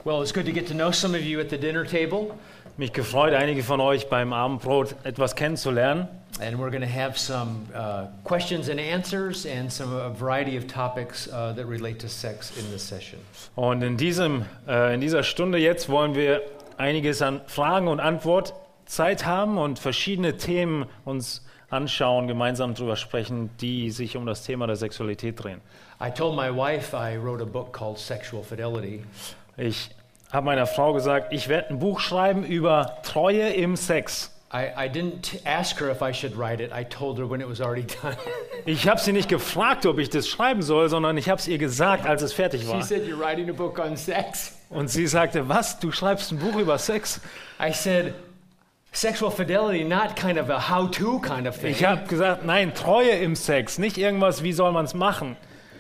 Well, it's good to get to know some of you at the dinner table. Mich gefreut, einige von euch beim Abendbrot etwas kennenzulernen. And we're going to have some questions and answers and a variety of topics that relate to sex in this session. Und in dieser Stunde jetzt wollen wir einiges an Fragen und Antwortzeit haben und verschiedene Themen uns anschauen, gemeinsam darüber sprechen, die sich um das Thema der Sexualität drehen. I told my wife I wrote a book called Sexual Fidelity. Ich habe meiner Frau gesagt, ich werde ein Buch schreiben über Treue im Sex. I didn't ask her if I should write it. I told her when it was already done. Ich habe sie nicht gefragt, ob ich das schreiben soll, sondern ich habe es ihr gesagt, als es fertig She war. said, "You're writing a book on sex." Und sie sagte, was, du schreibst ein Buch über Sex? I said, "Sexual fidelity, not kind of a how-to kind of thing." Ich habe gesagt, nein, Treue im Sex, nicht irgendwas, wie soll man es machen?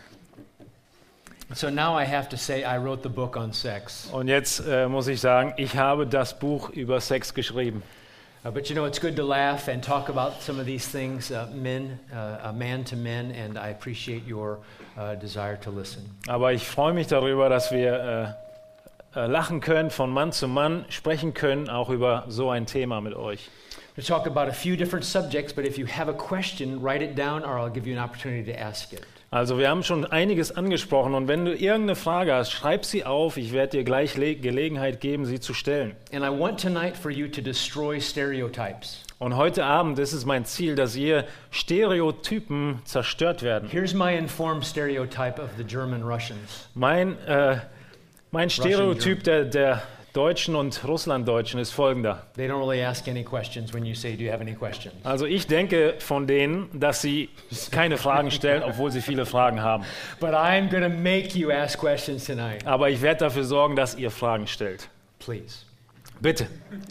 So now I have to say I wrote the book on sex. Und jetzt muss ich sagen, ich habe das Buch über Sex geschrieben. But you know, it's good to laugh and talk about some of these things, man to men, and I appreciate your desire to listen. Aber ich freue mich darüber, dass wir lachen können, von Mann zu Mann sprechen können, auch über so ein Thema mit euch. We'll talk about a few different subjects, but if you have a question, write it down or I'll give you an opportunity to ask it. Also wir haben schon einiges angesprochen und wenn du irgendeine Frage hast, schreib sie auf. Ich werde dir gleich Gelegenheit geben, sie zu stellen. And I want tonight for you to destroy stereotypes. Und heute Abend ist es mein Ziel, dass hier Stereotypen zerstört werden. Here's my informed stereotype of the German Russians. Mein Stereotyp der Deutschen und Russlanddeutschen ist folgender. They don't really ask any questions when you say, "Do you have any questions?" Also ich denke von denen, dass sie keine Fragen stellen, obwohl sie viele Fragen haben. But I'm going to make you ask questions tonight. Aber ich werde dafür sorgen, dass ihr Fragen stellt. Please. Bitte.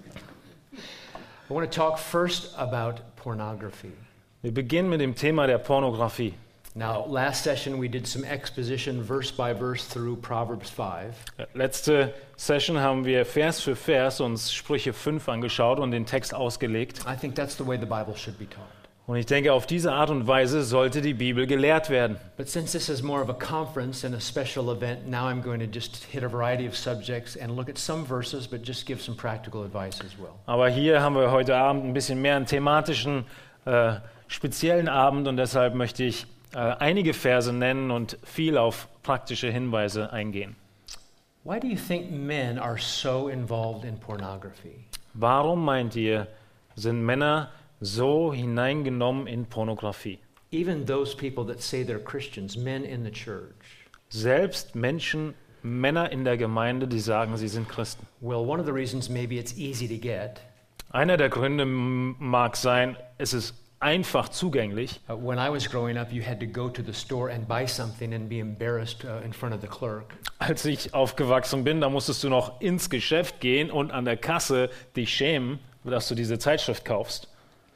I want to talk first about pornography. Wir beginnen mit dem Thema der Pornografie. Now, last session we did some exposition verse by verse through Proverbs 5. Letzte Session haben wir Vers für Vers uns Sprüche 5 angeschaut und den Text ausgelegt. I think that's the way the Bible should be taught. Und ich denke, auf diese Art und Weise sollte die Bibel gelehrt werden. But since this is more of a conference and a special event, now I'm going to just hit a variety of subjects and look at some verses, but just give some practical advice as well. Aber hier haben wir heute Abend ein bisschen mehr einen thematischen, speziellen Abend und deshalb möchte ich einige Verse nennen und viel auf praktische Hinweise eingehen. Why do you think men are so involved in pornography? Warum meint ihr, sind Männer so hineingenommen in Pornografie? Even those people that say they're Christians, men in the church. Selbst Männer in der Gemeinde, die sagen, sie sind Christen. Well, one of the reasons maybe it's easy to get. Einer der Gründe mag sein, es ist einfach zugänglich. When I was growing up, you had to go to the store and buy something and be embarrassed in front of the clerk. Als ich aufgewachsen bin, da musstest du noch ins Geschäft gehen und an der Kasse dich schämen, dass du diese Zeitschrift kaufst.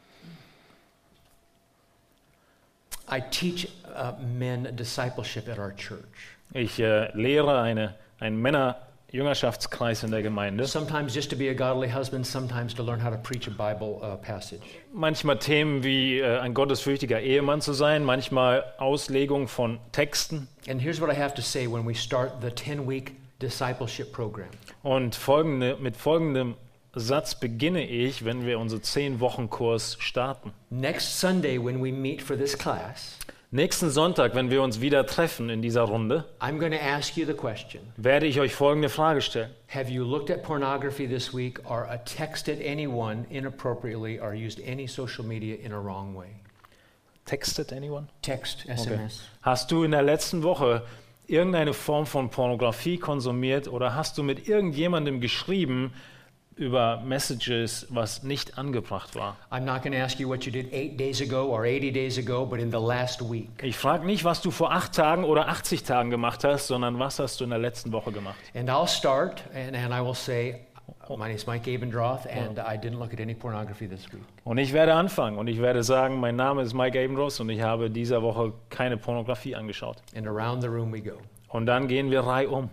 I teach men discipleship at our church. Ich lehre einen Männerjüngerschaftskreis in der Gemeinde. Sometimes just to be a godly husband, sometimes to learn how to preach a Bible passage. Manchmal Themen wie ein gottesfürchtiger Ehemann zu sein, manchmal Auslegung von Texten. And here's what I have to say when we start the 10-week discipleship program. Und mit folgendem Satz beginne ich, wenn wir unseren 10-Wochen-Kurs starten. Next Sunday when we meet for this class, Nächsten Sonntag, wenn wir uns wieder treffen in dieser Runde, I'm going to ask you the question. werde ich euch folgende Frage stellen. Have you looked at pornography this week or texted anyone inappropriately or used any social media in a wrong way? Texted anyone? Text, Okay. SMS. Hast du in der letzten Woche irgendeine Form von Pornografie konsumiert oder hast du mit irgendjemandem geschrieben über Messages, was nicht angebracht war? I'm not going to ask you what you did 8 days ago or 80 days ago, but in the last week. Ich frage nicht, was du vor 8 Tagen oder 80 Tagen gemacht hast, sondern was hast du in der letzten Woche gemacht? And I'll start and I will say, my name is Mike Abendroth and I didn't look at any pornography this week. Und ich werde anfangen und ich werde sagen, mein Name ist Mike Abendroth und ich habe dieser Woche keine Pornografie angeschaut. And around the room we go. Und dann gehen wir reihum.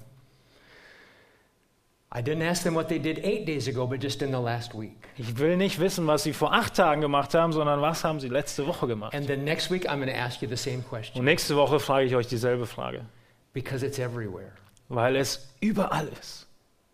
I didn't ask them what they did 8 days ago, but just in the last week. Ich will nicht wissen, was sie vor 8 Tagen gemacht haben, sondern was haben sie letzte Woche gemacht. And then next week I'm going to ask you the same question. Und nächste Woche frage ich euch dieselbe Frage. Because it's everywhere. Weil es überall ist.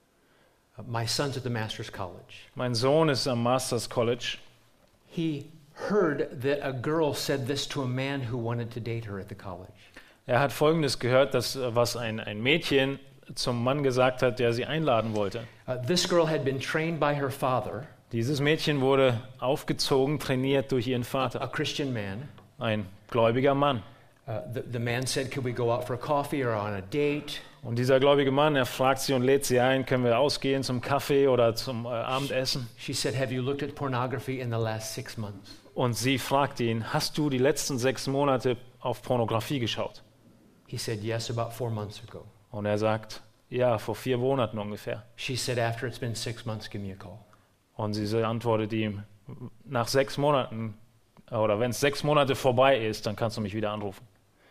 My son's at the Master's College. Mein Sohn ist am Masters College. He heard that a girl said this to a man who wanted to date her at the college. Er hat Folgendes gehört, was ein Mädchen zum Mann gesagt hat, der sie einladen wollte. This girl had been trained by her father, Dieses Mädchen wurde aufgezogen, trainiert durch ihren a Vater, Christian man. ein gläubiger Mann. The man said, could we go out for a coffee or on a date? Und dieser gläubige Mann, er fragt sie und lädt sie ein, können wir ausgehen zum Kaffee oder zum Abendessen? She said, have you looked at pornography in the last 6 months? Und sie fragt ihn, hast du die letzten 6 Monate auf Pornografie geschaut? He said, yes, about 4 months ago. Und er sagt, ja, vor 4 Monaten ungefähr. She said, after it's been 6 months, give me a call. Und sie antwortet ihm, nach 6 Monaten, oder wenn es 6 Monate vorbei ist, dann kannst du mich wieder anrufen.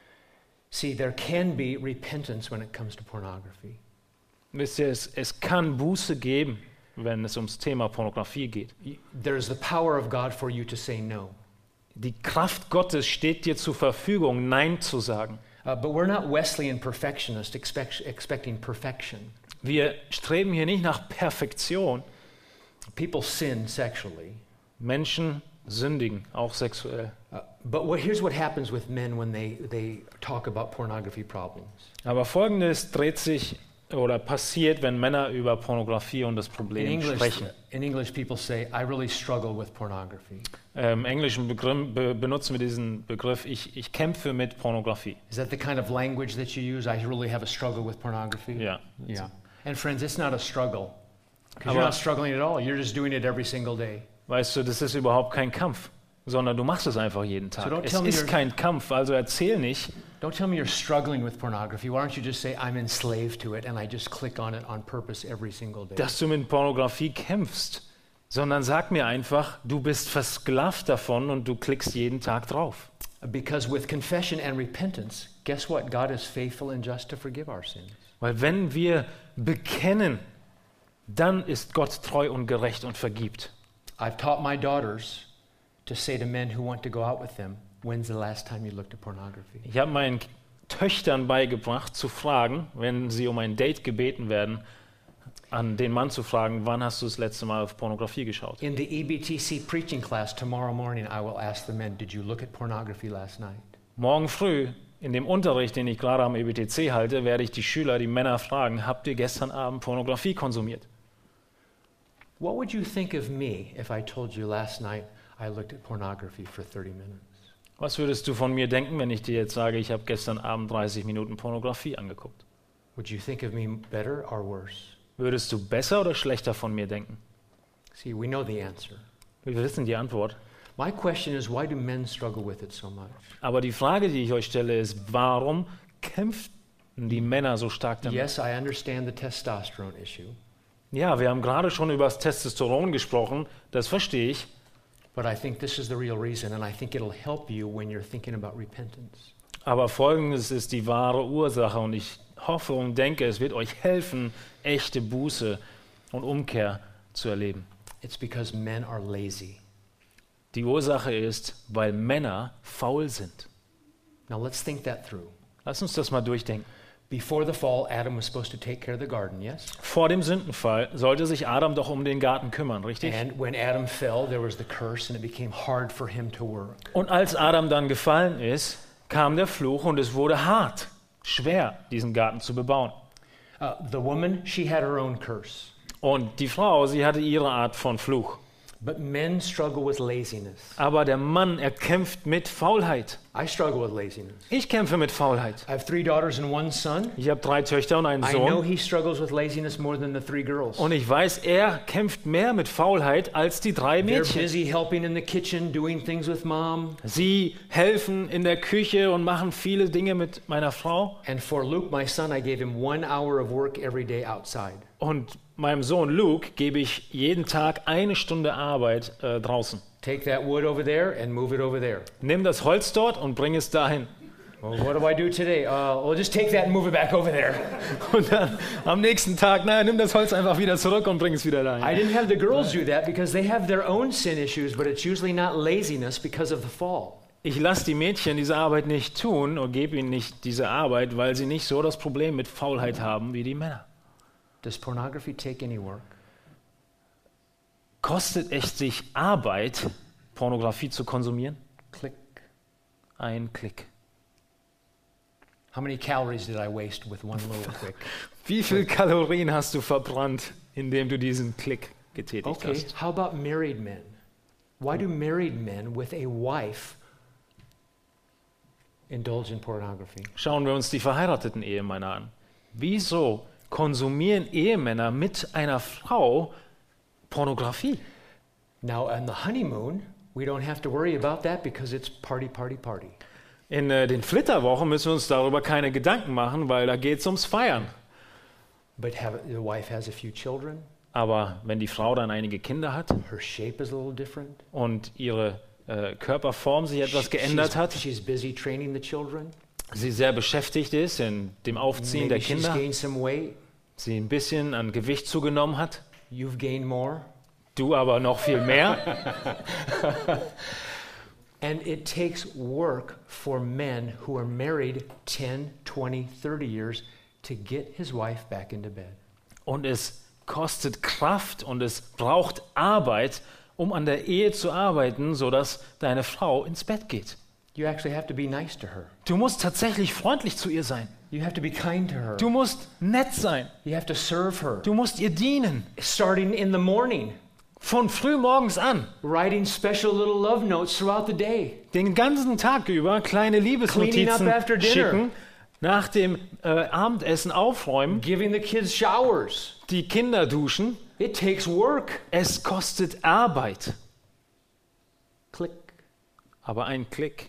See, there can be repentance when it comes to pornography. Wisst ihr, es kann Buße geben, wenn es ums Thema Pornografie geht. There's the power of God for you to say no. Die Kraft Gottes steht dir zur Verfügung, Nein zu sagen. But we're not Wesleyan perfectionists expecting perfection. Wir streben hier nicht nach Perfektion. People sin sexually. Menschen sündigen, auch sexuell. But here's what happens with men when they talk about pornography problems. Aber Folgendes dreht sich oder passiert, wenn Männer über Pornografie und das Problem sprechen. In English, people say, I really struggle with pornography. Im Englischen benutzen wir diesen Begriff, ich kämpfe mit Pornografie. Is that the kind of language that you use? I really have a struggle with pornography? Ja. Yeah. And friends, it's not a struggle. Because you're Aber- not struggling at all. You're just doing it every single day. Weißt du, das ist überhaupt kein Kampf, sondern du machst es einfach jeden Tag. So don't Es tell me ist you're- kein Kampf, also erzähl nicht, Don't tell me you're struggling with pornography. Why don't you just say, I'm enslaved to it and I just click on it on purpose every single day? dass du mit Pornografie kämpfst, sondern sag mir einfach, du bist versklavt davon und du klickst jeden Tag drauf. Because with confession and repentance, guess what? God is faithful and just to forgive our sins. Weil wenn wir bekennen, dann ist Gott treu und gerecht und vergibt. I've taught my daughters to say to men who want to go out with them, when's the last time you looked at pornography? Ich habe meinen Töchtern beigebracht, zu fragen, wenn sie um ein Date gebeten werden, an den Mann zu fragen, wann hast du das letzte Mal auf Pornografie geschaut? In the EBTC preaching class tomorrow morning, I will ask the men, did you look at pornography last night? Morgen früh, in dem Unterricht, den ich gerade am EBTC halte, werde ich die Schüler, die Männer fragen, habt ihr gestern Abend Pornografie konsumiert? What would you think of me if I told you last night I looked at pornography for 30 minutes? Was würdest du von mir denken, wenn ich dir jetzt sage, ich habe gestern Abend 30 Minuten Pornografie angeguckt? Would you think of me better or worse? Würdest du besser oder schlechter von mir denken? See, we know the answer. Wir wissen die Antwort. My question is, why do men struggle with it so much? Aber die Frage, die ich euch stelle, ist, warum kämpfen die Männer so stark damit? Yes, I understand the testosterone issue, Ja, wir haben gerade schon über das Testosteron gesprochen, das verstehe ich. but I think this is the real reason, and I think it'll help you when you're thinking about repentance. Aber Folgendes ist die wahre Ursache und ich hoffe und denke, es wird euch helfen, echte Buße und Umkehr zu erleben. It's because men are lazy. Die Ursache ist, weil Männer faul sind. Now let's think that through. Lass uns das mal durchdenken. Before the fall, Adam was supposed to take care of the garden, yes? Vor dem Sündenfall sollte sich Adam doch um den Garten kümmern, richtig? And when Adam fell, there was the curse, and it became hard for him to work. Und als Adam dann gefallen ist, kam der Fluch und es wurde hart, schwer, diesen Garten zu bebauen. The woman, she had her own curse. Und die Frau, sie hatte ihre Art von Fluch. But men struggle with laziness. Aber der Mann, er kämpft mit Faulheit. I struggle with laziness. Ich kämpfe mit Faulheit. I have 3 daughters and 1 son. Ich habe 3 Töchter und einen I know Sohn. he struggles with laziness more than the 3 girls. Und ich weiß, er kämpft mehr mit Faulheit als die 3 They're Mädchen. busy helping in the kitchen, doing things with mom. Sie helfen in der Küche und machen viele Dinge mit meiner Frau. And for Luke, my son, I gave him 1 hour of work every day outside. Und meinem Sohn Luke gebe ich jeden Tag 1 Stunde Arbeit draußen. Take that wood over there and move it over there. Nimm das Holz dort und bring es dahin. Well, what do I do today? Well, just take that and move it back over there. Und dann am nächsten Tag, naja, nimm das Holz einfach wieder zurück und bring es wieder I dahin. didn't have the girls do that because they have their own sin issues, but it's usually not laziness because of the fall. Ich lasse die Mädchen diese Arbeit nicht tun und gebe ihnen nicht diese Arbeit, weil sie nicht so das Problem mit Faulheit haben wie die Männer. Does pornography take any work? Kostet es sich Arbeit, Pornografie zu konsumieren? Click. Ein Klick. How many calories did I waste with one little click? Wie viel Kalorien hast du verbrannt, indem du diesen Klick getätigt Okay, hast? how about married men? Why do married men with a wife indulge in pornography? Schauen wir uns die verheirateten Ehemänner an. Wieso konsumieren Ehemänner mit einer Frau Pornografie? Now, on the honeymoon, we don't have to worry about that because it's party, party, party. In den Flitterwochen müssen wir uns darüber keine Gedanken machen, weil da geht es ums Feiern. But the wife has a few children. Aber wenn die Frau dann einige Kinder hat Her shape is a little different. und ihre Körperform sich etwas geändert hat, She's busy training the children. sie sehr beschäftigt ist in dem Aufziehen der Maybe she's Kinder, gained some weight. sie ein bisschen an Gewicht zugenommen hat, You've gained more. du aber noch viel mehr. And it takes work for men who are married 10, 20, 30 years to get his wife back into bed. Und es kostet Kraft und es braucht Arbeit, um an der Ehe zu arbeiten, sodass deine Frau ins Bett geht. You actually have to be nice to her. Du musst tatsächlich freundlich zu ihr sein. You have to be kind to her. Du musst nett sein. You have to serve her. Du musst ihr dienen. Starting in the morning, Von früh morgens an. writing special little love notes throughout the day. Den ganzen Tag über kleine Cleaning Liebesnotizen up after dinner. schicken. Nach dem Abendessen aufräumen. Giving the kids showers. Die Kinder duschen. It takes work. Es kostet Arbeit. Click. Aber ein Klick.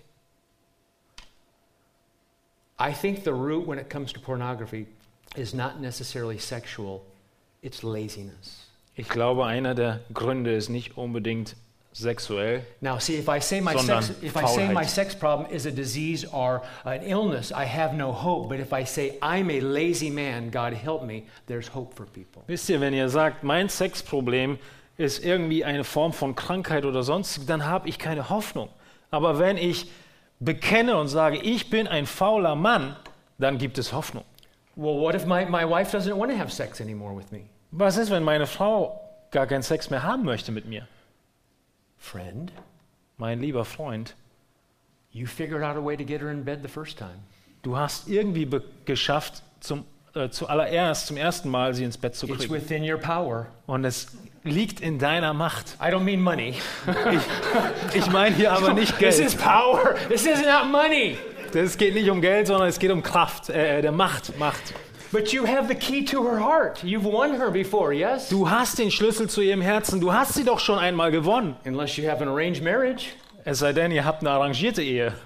I think the root when it comes to pornography is not necessarily sexual, it's laziness. Ich glaube, einer der Gründe ist nicht unbedingt sexuell. Now, see, if I say my Sondern sex problem is a disease or an illness, I have no hope. But if I say I'm a lazy man, God help me, there's hope for people. Wisst ihr, wenn ihr sagt, mein Sexproblem ist irgendwie eine Form von Krankheit oder sonst, dann habe ich keine Hoffnung. Aber wenn ich bekenne und sage, ich bin ein fauler Mann, dann gibt es Hoffnung. Well, what if my wife doesn't want to have sex anymore with me? Was ist, wenn meine Frau gar keinen Sex mehr haben möchte mit mir? Friend, Mein lieber Freund, you figured out a way to get her in bed the first time. du hast irgendwie geschafft, zum ersten Mal sie ins Bett zu It's kriegen. within your power. Und es liegt in deiner Macht. I don't mean money. Ich meine hier aber nicht This is Geld. power. This is not money. Es geht nicht um Geld, sondern es geht um Kraft, der Macht. But you have the key to her heart. You've won her before, yes? Du hast den Schlüssel zu ihrem Herzen. Du hast sie doch schon einmal gewonnen. Unless you have an arranged marriage. Es sei denn, ihr habt eine arrangierte Ehe.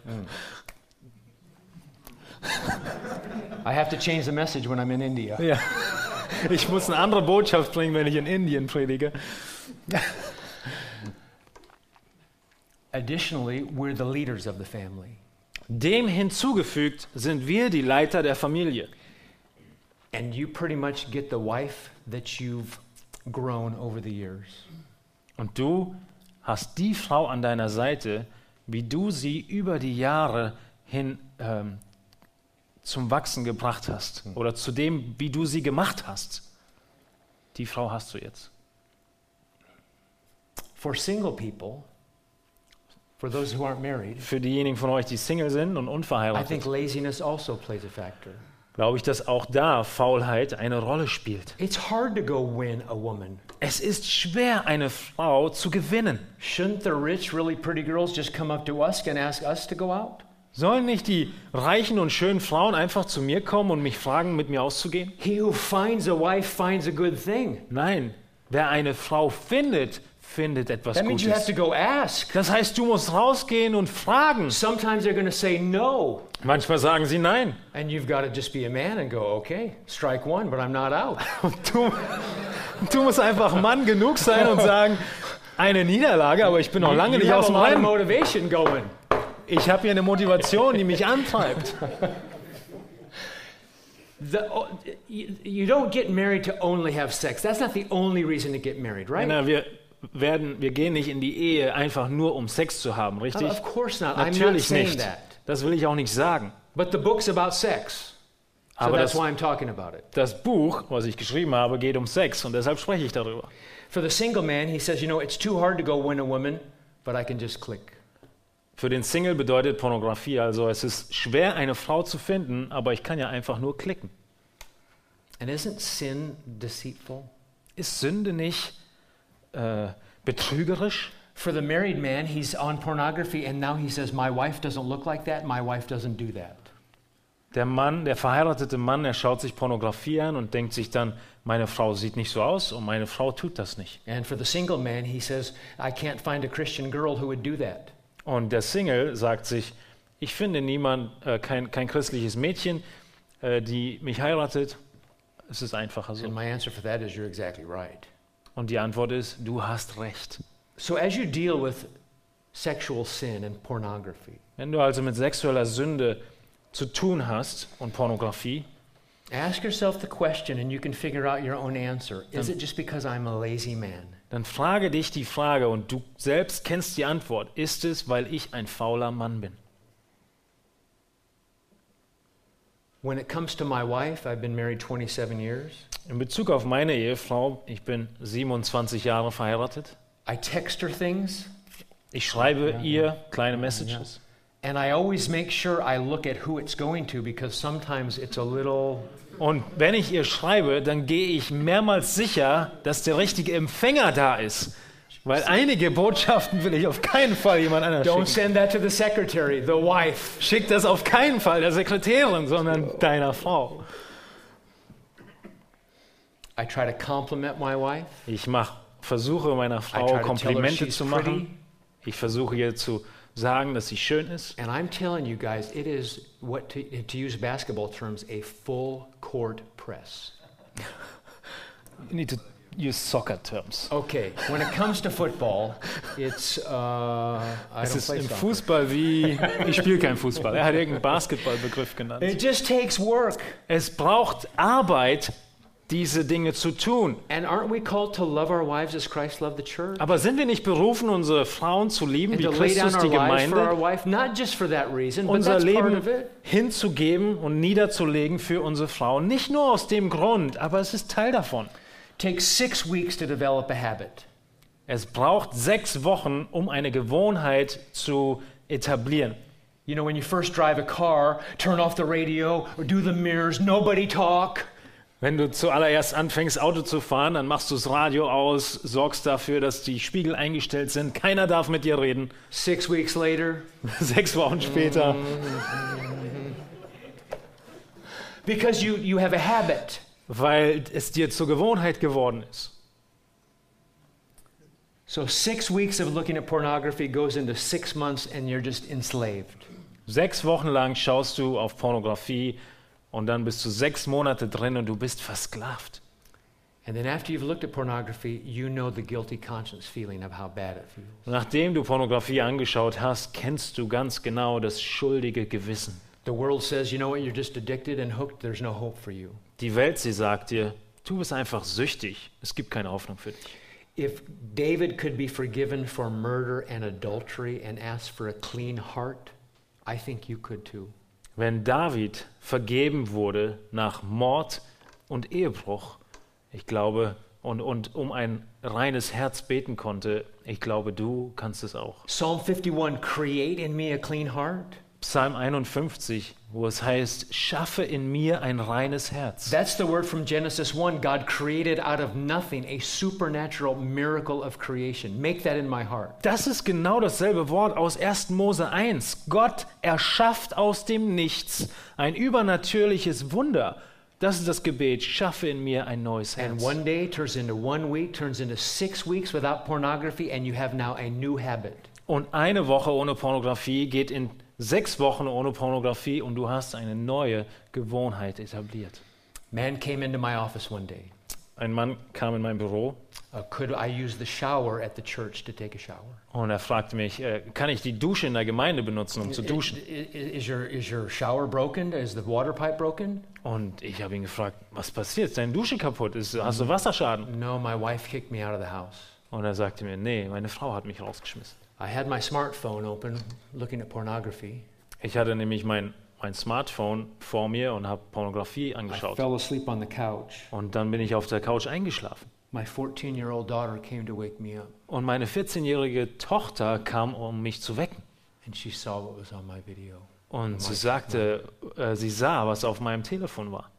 I have to change the message when I'm in India. Ja. Ich muss eine andere Botschaft bringen, wenn ich in Indien predige. Additionally, we're the leaders of the family. Dem hinzugefügt sind wir die Leiter der Familie. And you pretty much get the wife that you've grown over the years. Und du hast die Frau an deiner Seite, wie du sie über die Jahre hin zum Wachsen gebracht hast. Oder zu dem, wie du sie gemacht hast. Die Frau hast du jetzt. For single people, for those who aren't married, Für diejenigen von euch, die Single sind und I think unverheiratet, laziness also plays a factor. glaube ich, dass auch da Faulheit eine Rolle spielt. It's hard to go win a woman. Es ist schwer, eine Frau zu gewinnen. Shouldn't the rich, really pretty girls just come up to us and ask us to go out? Sollen nicht die reichen und schönen Frauen einfach zu mir kommen und mich fragen, mit mir auszugehen? He who finds a wife finds a good thing. Nein, wer eine Frau findet, findet etwas That means you have Gutes. to go ask. Das heißt, du musst rausgehen und fragen. Sometimes they're going to say no. Manchmal sagen sie nein. And you've got to just be a man and go, okay, strike one, but I'm not out. Und du musst einfach Mann genug sein und sagen, eine Niederlage, aber ich bin noch lange You nicht have aus a dem lot of Rennen. motivation going. Ich habe hier eine Motivation, die mich antreibt. You don't get married to only have sex. That's not the only reason to get married, right? Männer, wir gehen nicht in die Ehe einfach nur, um Sex zu haben, richtig? Of course not. I'm not Natürlich saying nicht. that. Das will ich auch nicht sagen. But the book's about sex. So Aber that's why I'm talking about it. das Buch, was ich geschrieben habe, geht um Sex und deshalb spreche ich darüber. For the single man, he says, it's too hard to go win a woman, but I can just click. Für den Single bedeutet Pornografie also, es ist schwer, eine Frau zu finden, aber ich kann ja einfach nur klicken. And isn't sin deceitful? Ist Sünde nicht betrügerisch? For the married man, he's on pornography, and now he says, my wife doesn't look like that, my wife doesn't do that. Der Mann, der verheiratete Mann, er schaut sich Pornografie an und denkt sich dann, meine Frau sieht nicht so aus und meine Frau tut das nicht. And for the single man, he says, I can't find a Christian girl who would do that. Und der Single sagt sich, ich finde kein christliches Mädchen, die mich heiratet. Es ist einfacher so. And my answer for that is, you're exactly right. Und die Antwort ist, du hast recht. So as you deal with sexual sin and pornography, Wenn du also mit sexueller Sünde zu tun hast und Pornografie, ask yourself the question and you can figure out your own answer. Is it just because I'm a lazy man? dann frage dich die Frage und du selbst kennst die Antwort. Ist es, weil ich ein fauler Mann bin? When it comes to my wife, I've been married 27 years. In Bezug auf meine Ehefrau, ich bin 27 Jahre verheiratet. I text her things, Ich schreibe ihr kleine Messages. and I always make sure I look at who it's going to because sometimes it's a little... Und wenn ich ihr schreibe, dann gehe ich mehrmals sicher, dass der richtige Empfänger da ist. Weil einige Botschaften will ich auf keinen Fall jemand anders Don't schicken. send that to the secretary, the wife. Schick das auf keinen Fall der Sekretärin, sondern deiner Frau. I try to compliment my wife. Ich versuche meiner I Frau try to tell her Komplimente she's zu pretty. machen. Ich versuche ihr zu sagen, dass sie schön ist. And I'm telling you guys, it is, what to use basketball terms, a full court press. You need to use soccer terms. Okay, when it comes to football, it's, I Es don't ist play im soccer. Fußball wie, ich spiele keinen Fußball. Er hat irgendeinen Basketballbegriff genannt. It just takes work. Es braucht Arbeit, diese Dinge zu tun. And aren't we called to love our wives as Christ loved the church? Aber sind wir nicht berufen, unsere Frauen zu lieben, And wie to lay down Christus our die lives for our Gemeinde, wife, not just for that reason, but unser that's part Leben of it. hinzugeben und niederzulegen für unsere Frauen? Nicht nur aus dem Grund, aber es ist Teil davon. Takes 6 weeks to develop a habit. Es braucht 6 Wochen, um eine Gewohnheit zu etablieren. You know, when you first drive a car, turn off the radio or do the mirrors, nobody talk. Wenn du zuallererst anfängst, Auto zu fahren, dann machst du das Radio aus, sorgst dafür, dass die Spiegel eingestellt sind, keiner darf mit dir reden. 6 weeks later, 6 Wochen später, because you have a habit. weil es dir zur Gewohnheit geworden ist. So 6 weeks of looking at pornography goes into 6 months and you're just enslaved. 6 Wochen lang schaust du auf Pornografie und dann bist du 6 Monate drin und du bist versklavt. And then after you've looked at pornography, you know the guilty conscience feeling of how bad it feels. Nachdem du Pornografie angeschaut hast, kennst du ganz genau das schuldige Gewissen. The world says, you know what, you're just addicted and hooked, there's no hope for you. Die Welt, sie sagt dir, du bist einfach süchtig, es gibt keine Hoffnung für dich. If David could be forgiven for murder and adultery and ask for a clean heart, I think you could too. Wenn David vergeben wurde nach Mord und Ehebruch, ich glaube, und um ein reines Herz beten konnte, ich glaube, du kannst es auch. Psalm 51, create in me a clean heart. Psalm 51, wo es heißt, schaffe in mir ein reines Herz. That's the word from Genesis 1. God created out of nothing a supernatural miracle of creation. Make that in my heart. Das ist genau dasselbe Wort aus 1. Mose 1. Gott erschafft aus dem Nichts ein übernatürliches Wunder. Das ist das Gebet, schaffe in mir ein neues And Herz. one day turns into 1 week, turns into 6 weeks without pornography, and you have now a new habit. Und eine Woche ohne Pornografie geht in 6 Wochen ohne Pornografie und du hast eine neue Gewohnheit etabliert. Man came into my office one day. Ein Mann kam in mein Büro Could I use the shower at the church to take a shower? und er fragte mich, kann ich die Dusche in der Gemeinde benutzen, um zu duschen? Is your shower broken? Is the water pipe broken? Und ich habe ihn gefragt, was passiert? Ist deine Dusche kaputt? Hast du Wasserschaden? No, my wife kicked me out of the house. Und er sagte mir, nee, meine Frau hat mich rausgeschmissen. I had my smartphone open, looking at pornography. Ich hatte nämlich mein mein Smartphone vor mir und habe Pornografie I angeschaut. fell asleep on the couch. Und dann bin ich auf der Couch eingeschlafen. My 14-year-old daughter came to wake me up, Und meine 14-jährige Tochter kam, um mich zu wecken. and she saw what was on my video. Und sie sagte, sie sah, was auf meinem Telefon war.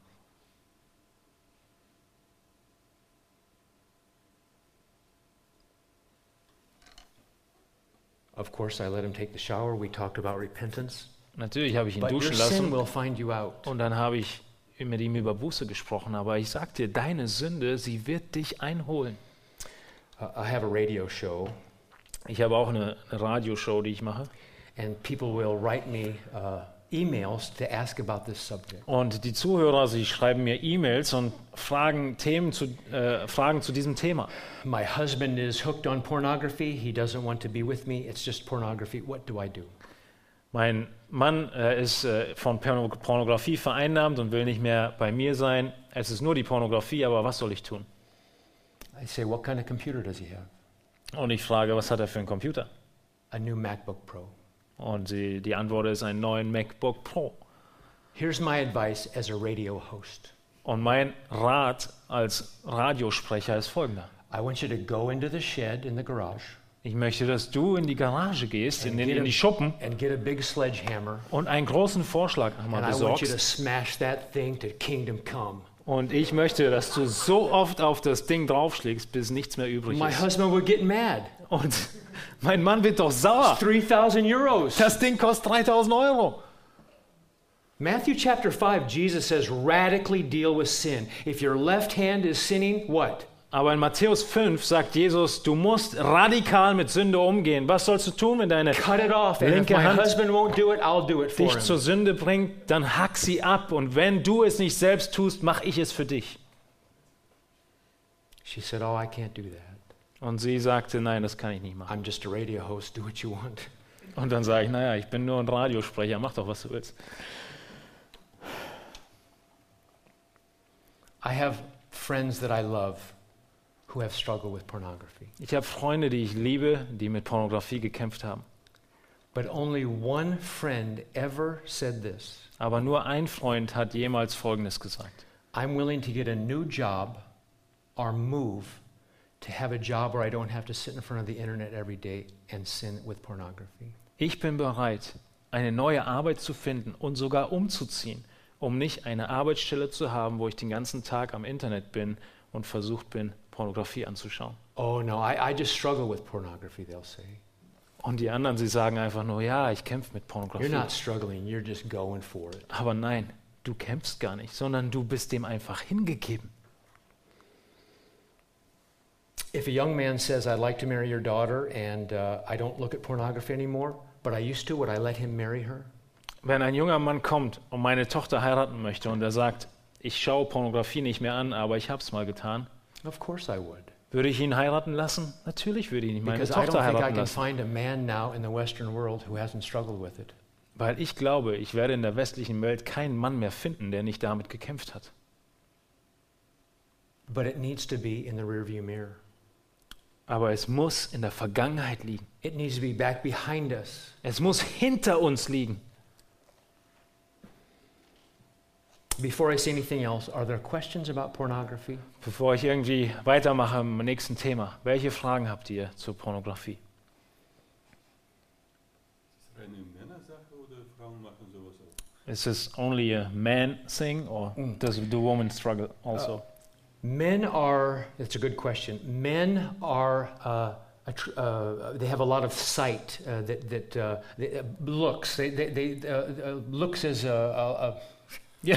Of course, I let him take the shower. We talked about repentance. Natürlich habe ich ihn But your duschen sin lassen will find you out. und dann habe ich mit ihm über Buße gesprochen. Aber ich sag dir, deine Sünde, sie wird dich einholen. I have a radio show, Ich habe auch eine Radioshow, die ich mache. and people will write me emails to ask about this subject. Und die Zuhörer, sie schreiben mir E-Mails und fragen zu diesem Thema. My husband is hooked on pornography. He doesn't want to be with me. It's just pornography. What do I do? Mein Mann ist von Pornografie vereinnahmt und will nicht mehr bei mir sein. Es ist nur die Pornografie, aber was soll ich tun? I say, what kind of computer does he have? Und ich frage, was hat er für einen Computer? A new MacBook Pro. Und die Antwort ist ein neuen MacBook Pro. Here's my advice as a radio host. Und mein Rat als Radiosprecher ist folgender. I want you to go into the shed in the garage Ich möchte, dass du in die Garage gehst, in die Schuppen and get a big sledgehammer, und einen großen Vorschlaghammer and I want you to besorgst. smash that thing to kingdom come. Und ich möchte, dass du so oft auf das Ding draufschlägst, bis nichts mehr übrig My ist. husband would get mad. Und mein Mann wird doch sauer. 3,000 euros. Das Ding kostet 3.000 Euro. Matthew chapter 5, Jesus says, radically deal with sin. If your left hand is sinning, what? Aber in Matthäus 5 sagt Jesus, du musst radikal mit Sünde umgehen. Was sollst du tun, wenn deine Cut it off. And if linke my Hand husband won't do it, I'll do it for dich him. zur Sünde bringt? Dann hack sie ab. Und wenn du es nicht selbst tust, mache ich es für dich. She said, oh, I can't do that. Und sie sagte, nein, das kann ich nicht machen. I'm just a radio host. Do what you want. Und dann sage ich, naja, ich bin nur ein Radiosprecher, mach doch, was du willst. I have friends that I love who have struggled with pornography. Ich habe Freunde, die ich liebe, die mit Pornografie gekämpft haben. But only one friend ever said this. Aber nur ein Freund hat jemals Folgendes gesagt. I'm willing to get a new job or move to have a job where I don't have to sit in front of the internet every day and sin with pornography. Ich bin bereit, eine neue Arbeit zu finden und sogar umzuziehen, um nicht eine Arbeitsstelle zu haben, wo ich den ganzen Tag am Internet bin und versucht bin, Pornografie anzuschauen. Oh no, I just struggle with pornography, they'll say. Und die anderen, sie sagen einfach nur, ja, ich kämpfe mit You're Pornografie. not struggling, you're just going for it. Aber nein, du kämpfst gar nicht, sondern du bist dem einfach hingegeben. If a young man says, I'd like to marry your daughter and I don't look at pornography anymore, but I used to, would I let him marry her? Wenn ein junger Mann kommt und meine Tochter heiraten möchte und er sagt, ich schaue Pornografie nicht mehr an, aber ich habe es mal getan, Of course I would. würde ich ihn heiraten lassen? Natürlich würde ich ihn meine Because I Tochter don't think I heiraten can lassen. find a man now in the Western world who hasn't struggled with it. Weil ich glaube, ich werde in der westlichen Welt keinen Mann mehr finden, der nicht damit gekämpft hat. But it needs to be in the rearview mirror. Aber es muss in der Vergangenheit liegen. It needs to be back behind us. Es muss hinter uns liegen. Before I say anything else, are there questions about pornography? Bevor ich irgendwie weitermache im nächsten Thema, welche Fragen habt ihr zur Pornografie? Ist das eine Männersache oder Frauen machen sowas auch? Is this only a man thing or does the woman struggle also? Men are, that's a good question. Men are, they have a lot of sight looks. Looks is Yeah.